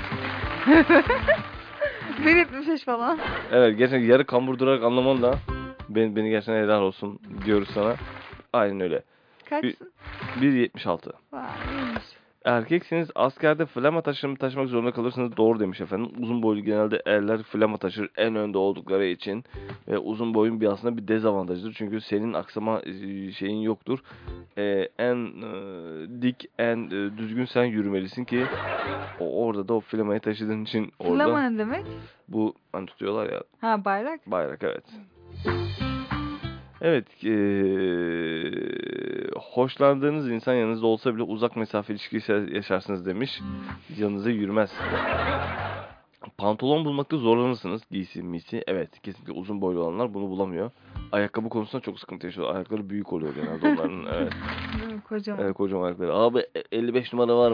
bir yetmiş beş falan. Evet gerçekten yarı kambur durarak anlaman da beni, beni gerçekten helal olsun diyoruz sana. Aynen öyle. Kaçsın? bir yetmiş altı. Vay iyiymiş. Erkekseniz askerde flama taşımı taşımak zorunda kalırsınız. Doğru demiş efendim. Uzun boylu genelde erler flama taşır en önde oldukları için. Ve uzun boyun bir aslında bir dezavantajıdır. Çünkü senin aksama e, şeyin yoktur. Ee, en e, dik, en e, düzgün sen yürümelisin ki o, orada da o flamayı taşıdığın için orada Flama ne demek? bu hani tutuyorlar ya Ha bayrak. bayrak evet. Evet, eee, hoşlandığınız insan yanınızda olsa bile uzak mesafe ilişkisi yaşarsınız demiş. Yanınıza yürümez. Pantolon bulmakta zorlanırsınız. Giysi, misi. Evet, kesinlikle uzun boylu olanlar bunu bulamıyor. Ayakkabı konusunda çok sıkıntı yaşıyor. Ayakları büyük oluyor genelde onların. Evet, Değil mi? Kocaman. evet kocaman ayakları. Abi elli beş numara var mı?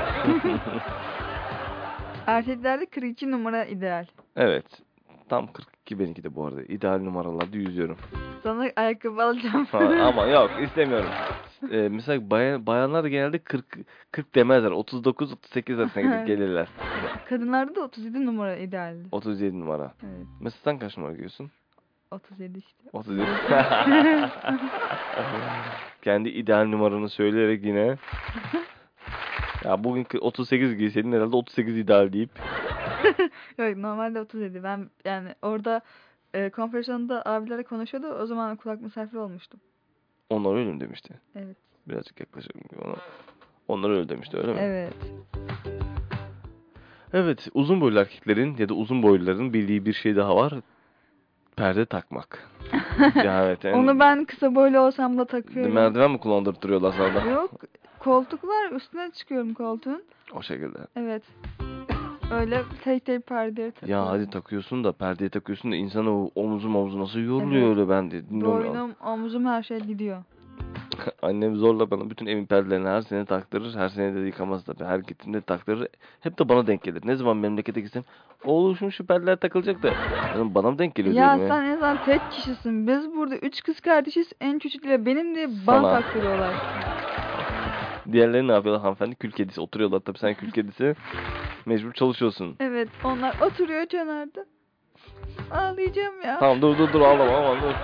Erkeklerde kırk iki numara ideal. Evet. Tam kırk iki benimki de bu arada. İdeal numaralarda yüzüyorum. Sana ayakkabı alacağım. Ha, ama yok istemiyorum. Ee, mesela bayan, bayanlar da genelde kırk kırk demezler. otuz dokuz otuz sekiz arasına gidip gelirler. Kadınlarda da otuz yedi numara idealdi. otuz yedi numara. Evet. Mesela sen kaç numara giyiyorsun? otuz yedi işte. otuz yedi. Kendi ideal numaranı söyleyerek yine. Ya bugün otuz sekiz giyseydin herhalde otuz sekiz ideal deyip. Yok normalde otuz yedi. Ben yani orada e, konferansiyonda abilerle konuşuyordu. O zaman kulak misafiri olmuştum. Onlar öyle mi demişti? Evet. Birazcık yaklaşalım. Ona. Onlar öyle demişti, öyle mi? Evet. Evet, uzun boylu erkeklerin ya da uzun boyluların bildiği bir şey daha var. Perde takmak. Ya evet. En, Onu ben kısa boylu olsam da takıyorum. merdiven mi kullandırtıyorlar sana da? Yok. Koltuk var. Üstüne çıkıyorum koltuğun. O şekilde. Evet. Öyle tek tek perdeyi takıyorum. Ya hadi takıyorsun da, perdeyi takıyorsun da insan o omuzum omuzu nasıl yoruluyor Evet. öyle, ben de bilmiyorum. Boynum, omuzum, her şey gidiyor. Annem zorla bana bütün evin perdelerini her sene taktırır. Her sene de yıkamaz tabii. Her gittiğimde taktırır. Hep de bana denk gelir. Ne zaman memlekete gitsem, oğlum şu perdeler takılacak da. Yani bana mı denk geliyor Ya diyorum sen en azından tek kişisin. Biz burada üç kız kardeşiz. En küçükleri benim diye Sana. bana taktırıyorlar. Diğerleri ne yapıyorlar hanımefendi? Kül kedisi oturuyorlar tabii, sen kül kedisi. Mecbur çalışıyorsun. Evet, onlar oturuyor kenarda. Ağlayacağım ya. Tamam dur dur dur ağlama, aman dur.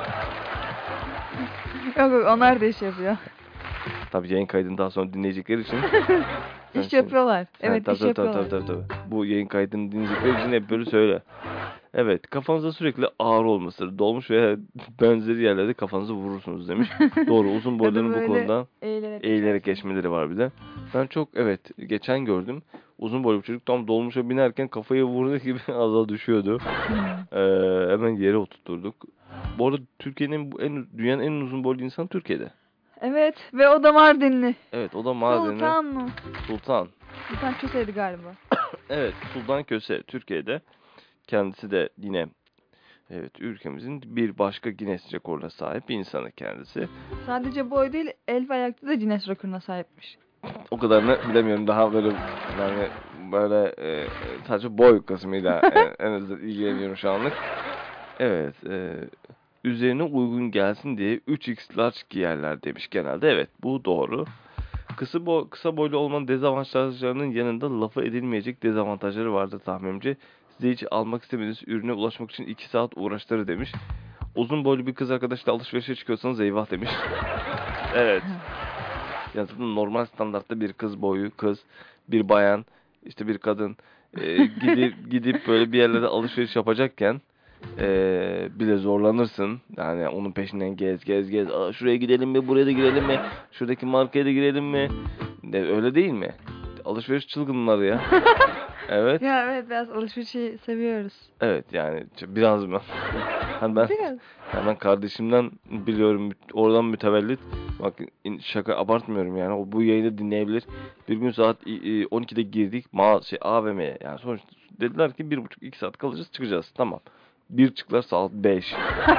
Yok yok, onlar da iş yapıyor. Tabii yayın kaydını daha sonra dinleyecekleri için. Sen İş şimdi- yapıyorlar. Sen- Evet, tabii, iş tabii, yapıyorlar. Tabii, tabii, tabii. Bu yayın kaydını dinleyecekleri için hep böyle söyle. Evet, kafanızda sürekli ağrı olması, dolmuş veya benzeri yerlerde kafanızı vurursunuz demiş. Doğru, uzun Ya da boyların bu böyle konuda Eğilerek, eğilerek geçersin. geçmeleri var bir de. Ben çok, evet, geçen gördüm. Uzun boylu bir çocuk tam dolmuşa binerken kafayı vurduğu gibi az daha düşüyordu. Ee, hemen yere oturtturduk. Bu arada Türkiye'nin bu en dünyanın en uzun boylu insanı Türkiye'de. Evet, ve o da Mardinli. Evet, o da Mardinli Sultan mı? Sultan. Sultan Köse'ydi galiba. Evet, Sultan Köse Türkiye'de. Kendisi de yine, evet, ülkemizin bir başka Guinness rekoruna sahip bir insanı kendisi. Sadece boy değil, el ve ayakta da Guinness rekoruna sahipmiş. O kadarını bilemiyorum, daha böyle yani böyle e, sadece boy kısmıyla en, en azından ilgileniyorum şu anlık. Evet, e, üzerine uygun gelsin diye üç x large giyerler demiş genelde. Evet, bu doğru. Kısa, boy, kısa boylu olmanın dezavantajlarının yanında lafı edilmeyecek dezavantajları vardır tahminimce. Size hiç almak istemediğiniz ürüne ulaşmak için iki saat uğraştırır demiş. Uzun boylu bir kız arkadaşla alışverişe çıkıyorsanız eyvah demiş. Evet. Ya zaten normal standartta bir kız boyu, kız, bir bayan, işte bir kadın e, gidip gidip böyle bir yerlere alışveriş yapacakken e, bile zorlanırsın. Yani onun peşinden gez gez gez. Aa, şuraya gidelim mi, buraya da girelim mi, şuradaki markaya da girelim mi? De, öyle değil mi? Alışveriş çılgınları ya. Evet. Ya evet, biraz alışverişi seviyoruz. Evet yani ç- biraz mı? Hani ben Biraz. yani ben kardeşimden biliyorum, oradan mütevellit. Bak in- şaka abartmıyorum yani. O bu yayını dinleyebilir. Bir gün saat i- i- on ikide girdik ma şey A V M'ye. Yani sonuçta dediler ki bir buçuk iki saat kalacağız, çıkacağız. Tamam. Bir çıktılar saat beş.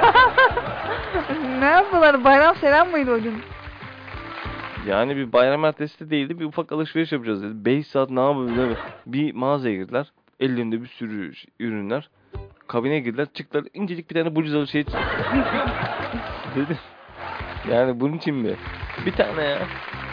Ne yaptılar? Bayram selam mıydı o gün? Yani bir bayram ertesi de değildi. Bir ufak alışveriş yapacağız dedi. beş saat ne yapıyor değil mi? Bir mağazaya girdiler. Ellerinde bir sürü ş- ürünler. Kabine girdiler. Çıktılar. İncecik bir tane bluzalı şey çıktı. Dedim. Yani bunun için mi? Bir tane ya.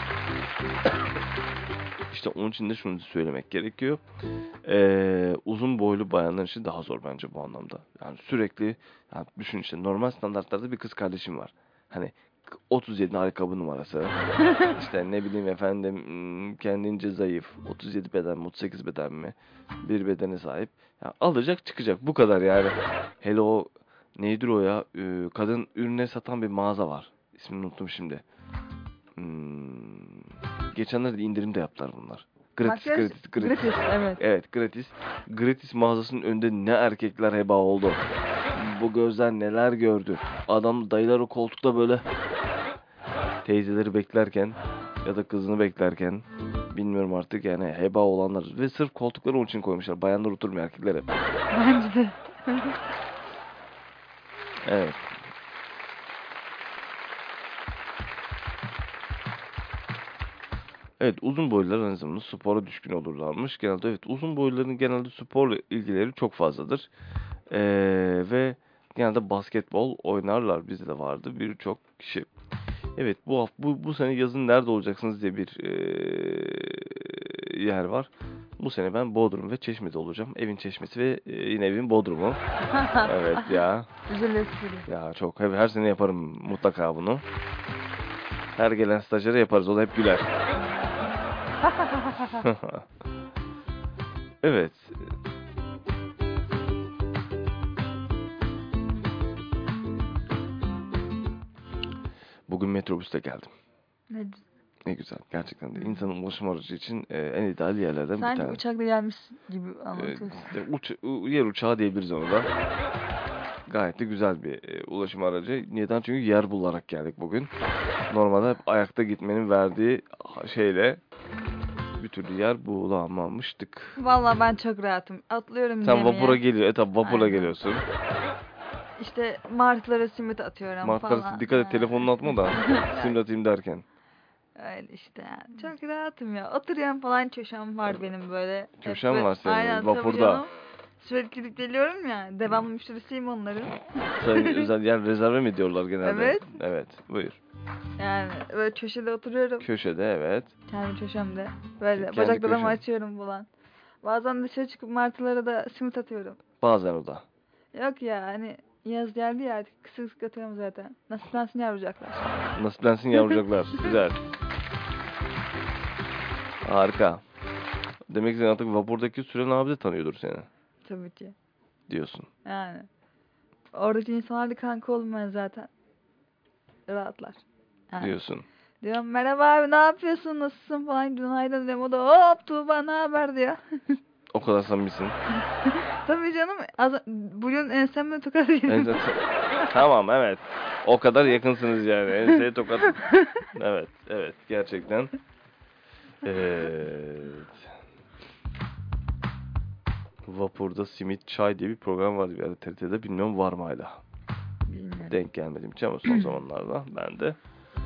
İşte onun için de şunu söylemek gerekiyor. Ee, uzun boylu bayanlar için daha zor bence bu anlamda. Yani sürekli, yani düşün işte, normal standartlarda bir kız kardeşim var. Hani otuz yedi ayakkabı numarası. İşte ne bileyim efendim, hmm, kendince zayıf. otuz yedi beden mi, otuz sekiz beden mi? Bir bedene sahip. Ya alacak çıkacak, bu kadar yani. Hele o neydir o ya? Ee, kadın ürünleri satan bir mağaza var. İsmini unuttum şimdi. Hmm, geçenlerde indirim de yaptılar bunlar. Gratis, Makyaj- gratis, gratis. Gratis, evet. Evet, gratis. Gratis mağazasının önünde ne erkekler heba oldu. Bu gözler neler gördü. Adam, dayılar o koltukta böyle teyzeleri beklerken ya da kızını beklerken, bilmiyorum artık yani, heba olanlar. Ve sırf koltukları onun için koymuşlar. Bayanlar oturmuyor, erkekler hep. Bence de. Evet. Evet, uzun boylular aynı zamanda spora düşkün olurlarmış. Genelde evet, uzun boyluların genelde sporla ilgileri çok fazladır. Ee, ve genelde basketbol oynarlar. Bizde de vardı birçok kişi. Evet, bu hafta, bu, bu sene yazın nerede olacaksınız diye bir ee, yer var. Bu sene ben Bodrum ve Çeşme'de olacağım. Evin Çeşmesi ve ee, yine evin Bodrum'u. Evet ya. Güzel espri. Ya çok. Her, her sene yaparım mutlaka bunu. Her gelen stajyere yaparız. O da hep güler. Evet. Bugün metrobüste geldim. Ne, Ne güzel. Gerçekten de Hı. insanın ulaşım aracı için e, en ideal yerlerden bir sanki tane. uçakla gelmiş gibi E, anlatıyorsun. işte uç, u- yer uçağı diyebiliriz onu da. Gayet de güzel bir e, ulaşım aracı. Neden? Çünkü yer bularak geldik bugün. Normalde hep ayakta gitmenin verdiği şeyle bir türlü yer bulamamıştık. Vallahi ben çok rahatım. Atlıyorum Sen gemiye. vapura geliyor. Etap vapura Aynen. geliyorsun. İşte martılara simit atıyorum Markarası falan. dikkat et Ha. telefonunu atma da simüle atayım derken. Öyle işte yani. Çok rahatım ya. Oturuyorum falan, köşem var benim böyle. Hep Köşen böyle- var senin Aynen, vapurda. tabii canım. Sürekli gidip geliyorum ya. Devamlı müşterisiyim onların. Sen özel yer rezerve mi ediyorlar genelde? Evet. Evet. Buyur. Yani böyle köşede oturuyorum. Köşede evet. Kendi köşemde. Böyle Kendi bacaklarımı köşen. açıyorum falan. Bazen dışarı çıkıp martılara da simit atıyorum. Bazen o da. Yok ya, hani yaz geldi ya artık, kısık kısık atıyorum zaten. Nasiplensin yavrucaklar. Nasiplensin yavrucaklar. Güzel. Harika. Demek ki sen artık vapurdaki Süren abi de tanıyordur seni. Tabii ki. Diyorsun. Yani. Oradaki insanlar da kanka olmuyor zaten. Rahatlar. Yani. Diyorsun. Diyorum merhaba abi, ne yapıyorsun, nasılsın falan, günaydın diyorum, o da hop Tuğba ne haber diyor. O kadar samimisin. Tabii canım, az, bugün ensemle tokat yedim. Ense- Tamam evet. O kadar yakınsınız yani. Enseye tokat. Evet. Evet. Gerçekten. Evet. Vapurda simit çay diye bir program vardı bir ara T R T'de. Bilmiyorum var mı hala. Bilmiyorum. Denk gelmedim hiç ama son zamanlarda ben de.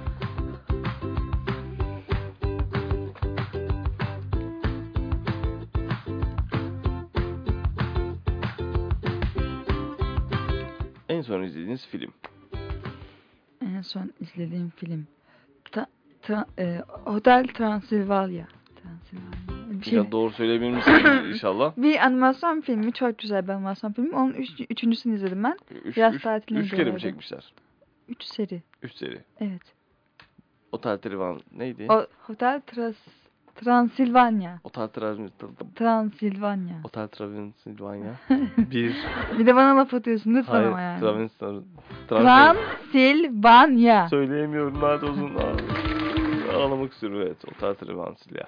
En son izlediğiniz film. En son izlediğim film. Ta, tra, e, Hotel Transilvanya. Transilvanya. Bir, şey, İnşallah doğru söyleyebilir misiniz inşallah. bir animasyon filmi, çok güzel bir animasyon filmi. Onun üç, üçüncüsünü izledim ben. Üç, Yaz üç, tatiline üç kere mi geliyordu. çekmişler? Üç seri. Üç seri. Evet. Otel Trivan neydi? O, Hotel Trans, Transilvanya. Otel Trivan Transilvanya. Otel Transilvanya. Bir. Bir de bana laf atıyorsun lütfen Hayır. ama yani. Travis, Transilvanya. Söyleyemiyorum lanet olsun. Aa, Ağlamak istiyorum evet. Otel Transilya.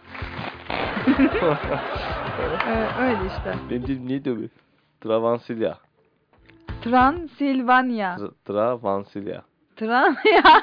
Ee, öyle işte. Benim dilim neydi o bir? Travansilya. Transilvanya. Tra- Travansilya. Tran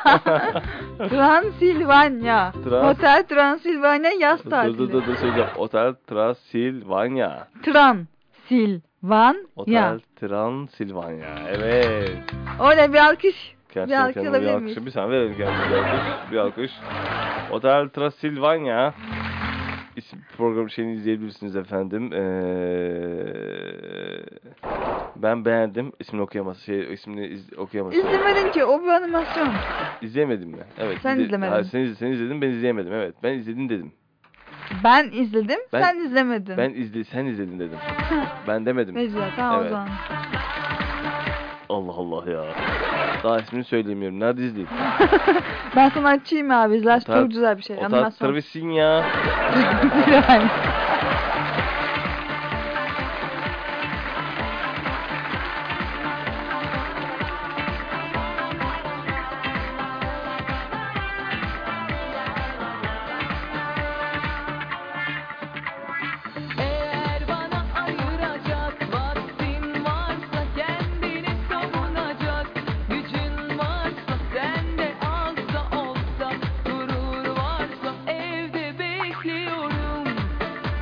Transilvanya. Trans- Hotel Transilvanya yaz Dur tatili. dur dur dur söyleyeceğim. Otel Transilvanya. Transilvanya. Otel Transilvanya. Evet. Öyle bir alkış. Gerçekten Bir alkış kendime bir alabilir alkış. miyiz? Bir saniye verelim kendimize bir alkış. Bir alkış. Otel Transilvanya. İsim program şeyini izleyebilirsiniz efendim. Ee, ben beğendim. İsmini okuyamaz. Şey ismini iz, okuyamaz. İzlemedin ki, o bir animasyon. İzleyemedim mi? Evet. Sen izle- izlemedin. Hayır, sen, iz- sen izledin ben izleyemedim. Evet. Ben izledim dedim. Ben izledim, Ben- sen izlemedin. Ben izle sen izledin dedim. Ben demedim. Ne güzel, tamam Evet. o zaman. Allah Allah ya. Daha ismini söyleyemiyorum. Nerede izleyeyim? Ben sana açayım abi, izlersin, Otel- çok güzel bir şey. Otel Animasyon. Travisinha. Yani. Eğer bana ayıracak vaktin varsa, kendini savunacak gücün varsa, sende az da olsa gurur varsa, evde bekliyorum.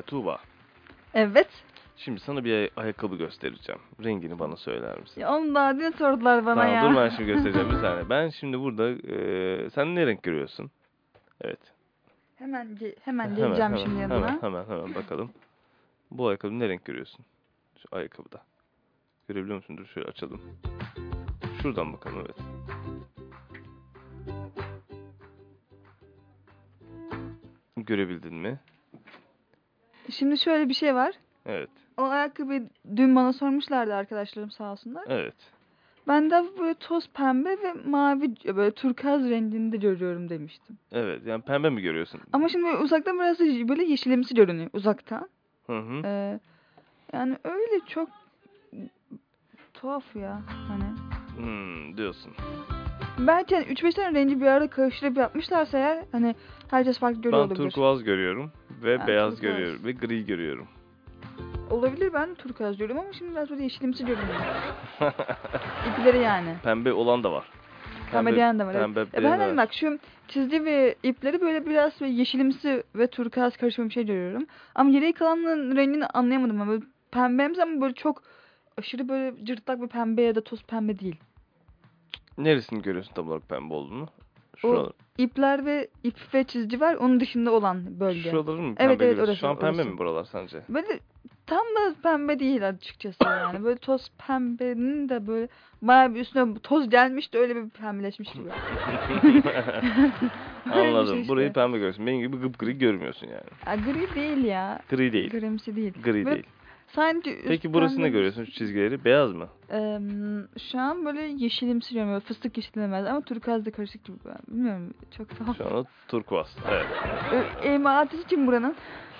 Tuğba, Evet. şimdi sana bir ay- ayakkabı göstereceğim. Rengini bana söyler misin? Ya onu daha dün sordular bana Tamam, ya. dur ben şimdi göstereceğim bir saniye. Ben şimdi burada, e, sen ne renk görüyorsun? Evet. Hemen ge- hemen Hemen geleceğim hemen şimdi hemen yanına. hemen hemen bakalım. Bu ayakkabı ne renk görüyorsun? Şu ayakkabıda. Görebiliyor musun? Dur şöyle açalım. Şuradan bakalım, evet. Görebildin mi? Şimdi şöyle bir şey var. Evet. O ayakkabıyı dün bana sormuşlardı arkadaşlarım sağ olsunlar. Evet. Ben de böyle toz pembe ve mavi böyle turkuaz renginde görüyorum demiştim. Evet. Yani pembe mi görüyorsun? Ama şimdi böyle uzaktan biraz da böyle yeşilimsi görünüyor uzaktan. Hı hı. Ee, yani öyle çok tuhaf ya hani. Hmm, diyorsun. Belki hani üç beş tane rengi bir arada karıştırıp yapmışlarsa eğer hani herkes farklı görüyor Ben olabilir. turkuaz görüyorum ve Ben beyaz turkuaz. görüyorum ve gri görüyorum. Olabilir, ben de turkuaz görüyorum ama şimdi biraz böyle yeşilimsi görünüyor. İpleri yani. Pembe olan da var. Pembe diyen de var. Evet. Pembe Ya diyen ben de hani var. bak şu çizgi ve ipleri böyle biraz böyle yeşilimsi ve turkuaz karışımı bir şey görüyorum. Ama geriye kalanın rengini anlayamadım ben. Böyle pembemsi ama böyle çok aşırı böyle cırtlak bir pembe ya da toz pembe değil. Neresini görüyorsun tam olarak pembe olduğunu? Şuralar. İpler ve ip ve çizgi var. Onun dışında olan bölge. Şuraları mı pembe Evet, evet, görüyorsun? orası, Şu an pembe orası. mi buralar sence? Böyle tam da pembe değil açıkçası yani. Böyle toz pembenin de böyle bayağı bir üstüne toz gelmiş de öyle bir pembeleşmiş gibi. Öyle bir şey Anladım. işte. Burayı pembe görüyorsun. Benim gibi gıpgri görmüyorsun yani. Ya, gri değil ya. Gri değil. Grimsi değil. Gri Böyle değil. Sanki Peki burası üstten ne de- görüyorsun şu çizgileri? Beyaz mı? Eee, şu an böyle yeşilimsi görüyorum. Böyle fıstık yeşilemez ama turkuaz da karışık gibi. Ben bilmiyorum. Çok tuhaf. Şu anda turkuaz. Evet. Ö- İmalatçısı kim buranın?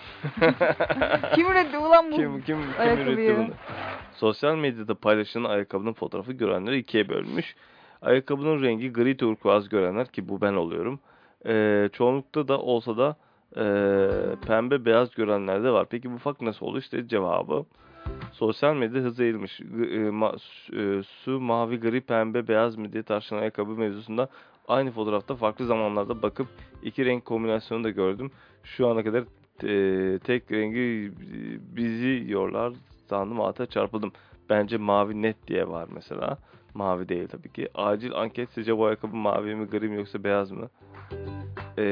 Kim üretti ulan bu Kim kim kim ayakkabıyı? üretti bunu? Sosyal medyada paylaşılan ayakkabının fotoğrafı görenleri ikiye bölmüş. Ayakkabının rengi gri turkuaz görenler, ki bu ben oluyorum. Ee, çoğunlukta da olsa da ee, pembe beyaz görenler de var. Peki bu fark nasıl oldu? İşte cevabı. Sosyal medyada hızla yayılmış. G- e, ma- su, e, su, mavi, gri, pembe, beyaz mı diye tartışılan ayakkabı mevzusunda aynı fotoğrafta farklı zamanlarda bakıp iki renk kombinasyonu da gördüm. Şu ana kadar e, tek rengi e, bizi yorlar sandım, ata çarpıldım. Bence mavi net diye var mesela. Mavi değil tabii ki. Acil anket, sizce bu ayakkabı mavi mi, gri mi yoksa beyaz mı? Ee,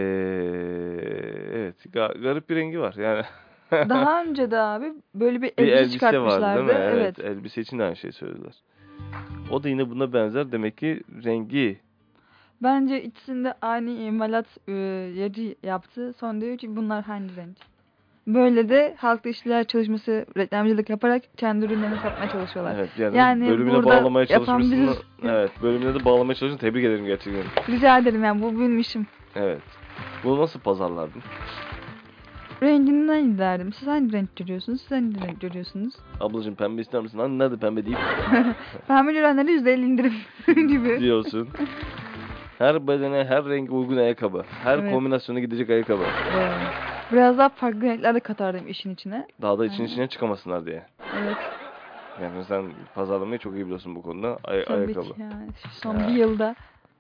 evet, ga- garip bir rengi var yani. Daha önce de abi böyle bir Bir elbise elbise vardı çıkartmışlardı. değil mi? Evet, Evet. elbise için de aynı şeyi söylediler. O da yine buna benzer, demek ki rengi. Bence ikisinde aynı imalat e, yeri yaptı. Sonra diyor ki bunlar hangi renk? Böyle de halkla ilişkiler çalışması, reklamcılık yaparak kendi ürünlerini satmaya çalışıyorlar. Evet, yani, Yani bölümüne burada bağlamaya yapan çalışmışsın. biziz. Evet, bölümüne de bağlamaya çalıştın. Tebrik ederim gerçekten. Rica ederim yani bu benim işim. Evet. Bunu nasıl pazarlardın? Renginden giderdim. Siz hangi renk görüyorsunuz? Siz hangi renk görüyorsunuz? Ablacığım pembe ister misin? Hani nerede pembe deyip Pembe görenlere yüzde elli indirim gibi. diyorsun. Her bedene, her renk uygun ayakkabı. Her Evet. kombinasyona gidecek ayakkabı. Doğru. Biraz daha farklı renkler de katardım işin içine. Daha da için Aynen. içine çıkamasınlar diye. Evet. Yani sen pazarlamayı çok iyi biliyorsun bu konuda. Ay Tabii ayakkabı. ki yani. Şu son Ya. bir yılda.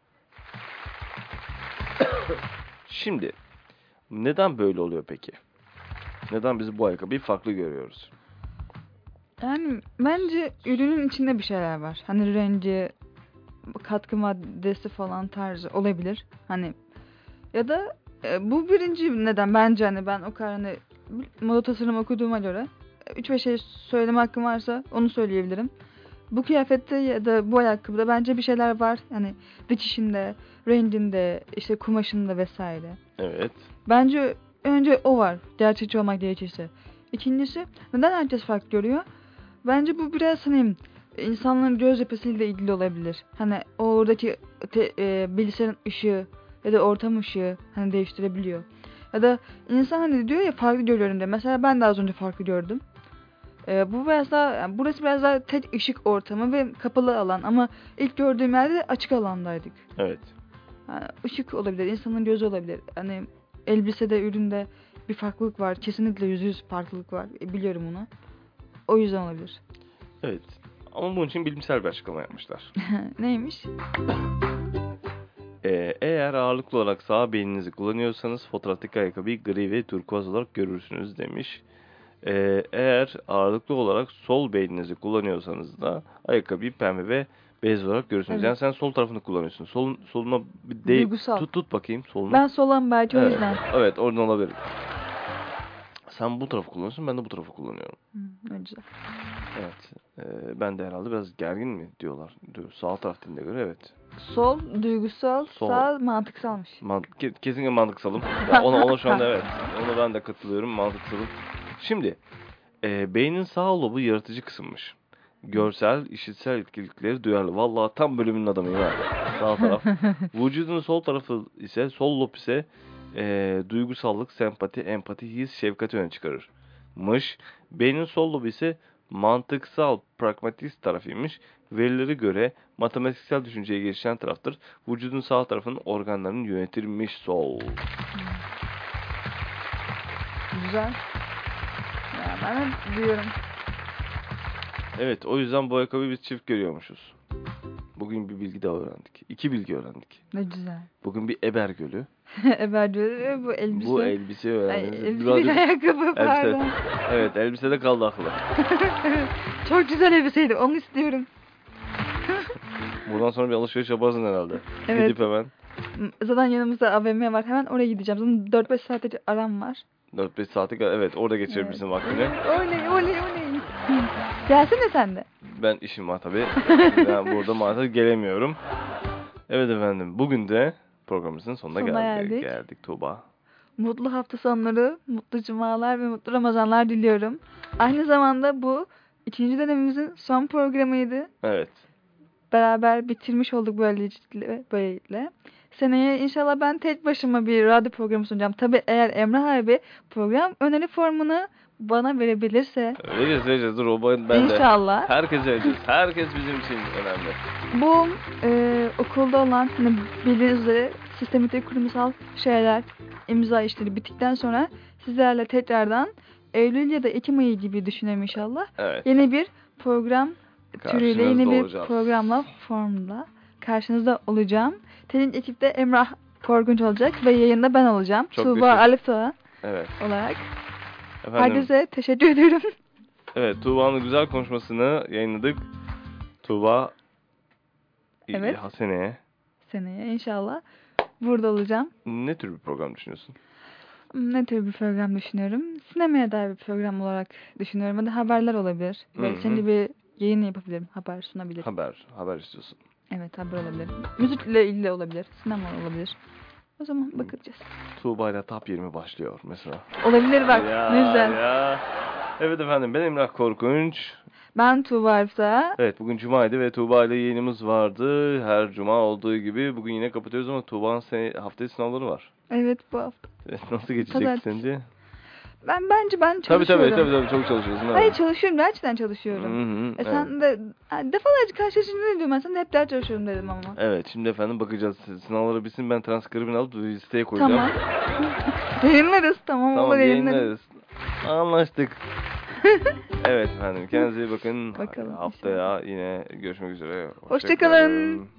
Şimdi neden böyle oluyor peki? Neden biz bu ayakkabıyı farklı görüyoruz? Yani bence ürünün içinde bir şeyler var. Hani rengi, katkı maddesi falan tarzı olabilir. Hani ya da e, bu birinci neden bence hani ben o kadar hani moda tasarım okuduğuma göre üç beş şey söyleme hakkım varsa onu söyleyebilirim. Bu kıyafette ya da bu ayakkabıda bence bir şeyler var. Yani dikişinde, renginde, işte kumaşında vesaire. Evet. Bence önce o var. Gerçekçi olmak gerekirse. İkincisi neden herkes farklı görüyor? Bence bu biraz hani insanların göz yapısıyla ilgili olabilir. Hani oradaki te, e, bilgisayarın ışığı ya da ortam ışığı hani değiştirebiliyor. Ya da insan hani diyor ya farklı görüyorum diye. Mesela ben de az önce farklı gördüm. E, bu biraz daha yani burası biraz daha tek ışık ortamı ve kapalı alan ama ilk gördüğüm yerde açık alandaydık. Evet. Yani ışık olabilir, insanın gözü olabilir. Hani elbisede, üründe bir farklılık var. Kesinlikle yüzde yüz farklılık var. E, biliyorum onu. O yüzden olabilir. Evet. Ama bunun için bilimsel bir açıklama yapmışlar. Neymiş? Ee, eğer ağırlıklı olarak sağ beyninizi kullanıyorsanız fotoğraftaki ayakkabıyı gri ve turkuaz olarak görürsünüz demiş. Ee, eğer ağırlıklı olarak sol beyninizi kullanıyorsanız da ayakkabıyı pembe ve beyaz olarak görürsünüz. Evet. Yani sen sol tarafını kullanıyorsun. Solun, soluna bir de Duygusal. tut tut bakayım solunu. Ben solam belki o Evet, yüzden. evet oradan olabilir. Sen bu tarafı kullanıyorsun, ben de bu tarafı kullanıyorum. Hı, ne güzel. Evet. Ee, ben de herhalde biraz gergin mi diyorlar. Diyor. Sağ taraf diline göre evet. Sol duygusal, Sol. sağ mantıksalmış. Mant- ke- kesinlikle mantıksalım. Ya ona, ona şu anda evet. Ona ben de katılıyorum. Mantıksalım. Şimdi e, beynin sağ lobu yaratıcı kısımmış. Görsel, işitsel etkilikleri duyarlı. Vallahi tam bölümünün adamıyım ha. Sağ taraf. Vücudun sol tarafı ise, sol lob ise e, duygusallık, sempati, empati, his, şefkati öne çıkarır. Mış. Beynin sol lobu ise mantıksal, pragmatist tarafıymış. Verilere göre matematiksel düşünceye gelişen taraftır. Vücudun sağ tarafının organlarını yönetirmiş sol. Güzel. Ya ben de duyuyorum. Evet, o yüzden bu ayakkabıyı biz çift görüyormuşuz. Bugün bir bilgi daha öğrendik. İki bilgi öğrendik. Ne güzel. Bugün bir Eber Gölü. Eber diyor bu elbise. Bu elbise Ay, öğrendik. elbise Birazcık- değil, ayakkabı pardon. Evet, elbisede kaldı aklı. Çok güzel elbiseydi, onu istiyorum. Buradan sonra bir alışveriş yaparsın herhalde. Evet. Gidip hemen Zaten yanımızda A V M var, hemen oraya gideceğim. Zaten dört beş saatlik aram var. dört beş saatlik evet orada geçirebilirsin Evet. vaktini. Oley oley oley. Gelsene sen de. Ben işim var tabii. Ben burada maalesef gelemiyorum. Evet efendim, bugün de programımızın sonuna Sonuna geldik. geldik. Geldik Tuğba. Mutlu hafta sonları, mutlu cumalar ve mutlu Ramazanlar diliyorum. Aynı zamanda bu ikinci dönemimizin son programıydı. Evet. Beraber bitirmiş olduk böylelikle. böylelikle. Seneye inşallah ben tek başıma bir radyo programı sunacağım. Tabii eğer Emrah abi program öneri formunu bana verebilirse. Vereceğiz vereceğiz. Dur o ben ben de. İnşallah. Herkes vereceğiz. Herkes bizim için önemli. Bu e, okulda olan hani bildiğiniz üzere sistematik kurumsal şeyler, imza işleri bittikten sonra sizlerle tekrardan Eylül ya da Ekim ayı gibi düşünelim inşallah. Evet. Yeni bir program türüyle, Karşınızda yeni bir olacağız. programla, formla karşınızda olacağım. Teknik ekipte Emrah Korkunç olacak ve yayında ben olacağım. Çok Tuğba teşekkür- Alif Doğan Evet. olarak. Efendim. Herkese teşekkür ediyorum. Evet, Tuğba'nın güzel konuşmasını yayınladık. Tuğba Evet. Hasene'ye Seneye inşallah burada olacağım. ne tür bir program düşünüyorsun? Ne tür bir program düşünüyorum? Sinemaya dair bir program olarak düşünüyorum. Ya da haberler olabilir. Hı Ve hı. senin bir yayın yapabilirim. Haber sunabilirim. Haber, haber istiyorsun. Evet, haber olabilir. Müzikle ilgili olabilir. Sinema olabilir. O zaman bakacağız. Tuğba ile Top yirmi başlıyor mesela. Olabilir bak. Ya, Ne güzel. ya. Evet efendim, ben Emrah Korkunç. Ben Tuğba Arif'ta. Evet, bugün Cuma'ydı ve Tuğba ile yayınımız vardı. Her Cuma olduğu gibi bugün yine kapatıyoruz ama Tuğba'nın sene, haftaya sınavları var. Evet, bu hafta. Evet, nasıl geçecek Pazartesi. sence? Ben bence ben Tabii çalışıyorum. tabii tabii tabii çok çalışıyorsun. Evet. Hayır, çalışıyorum. Gerçekten çalışıyorum. Hı hı, E evet. sen de ha, defalarca karşılaşınca ne diyorum ben sana, hep ders çalışıyorum dedim ama. Evet, şimdi efendim bakacağız. Sınavları bitsin, ben transkribini alıp listeye koyacağım. Tamam. Yayınlarız. Tamam, Tamam, olur yayınlarız. yayınlarız. Anlaştık. Evet efendim, kendinize iyi bakın. Bakalım, Haftaya yine görüşmek üzere. Hoşça kalın.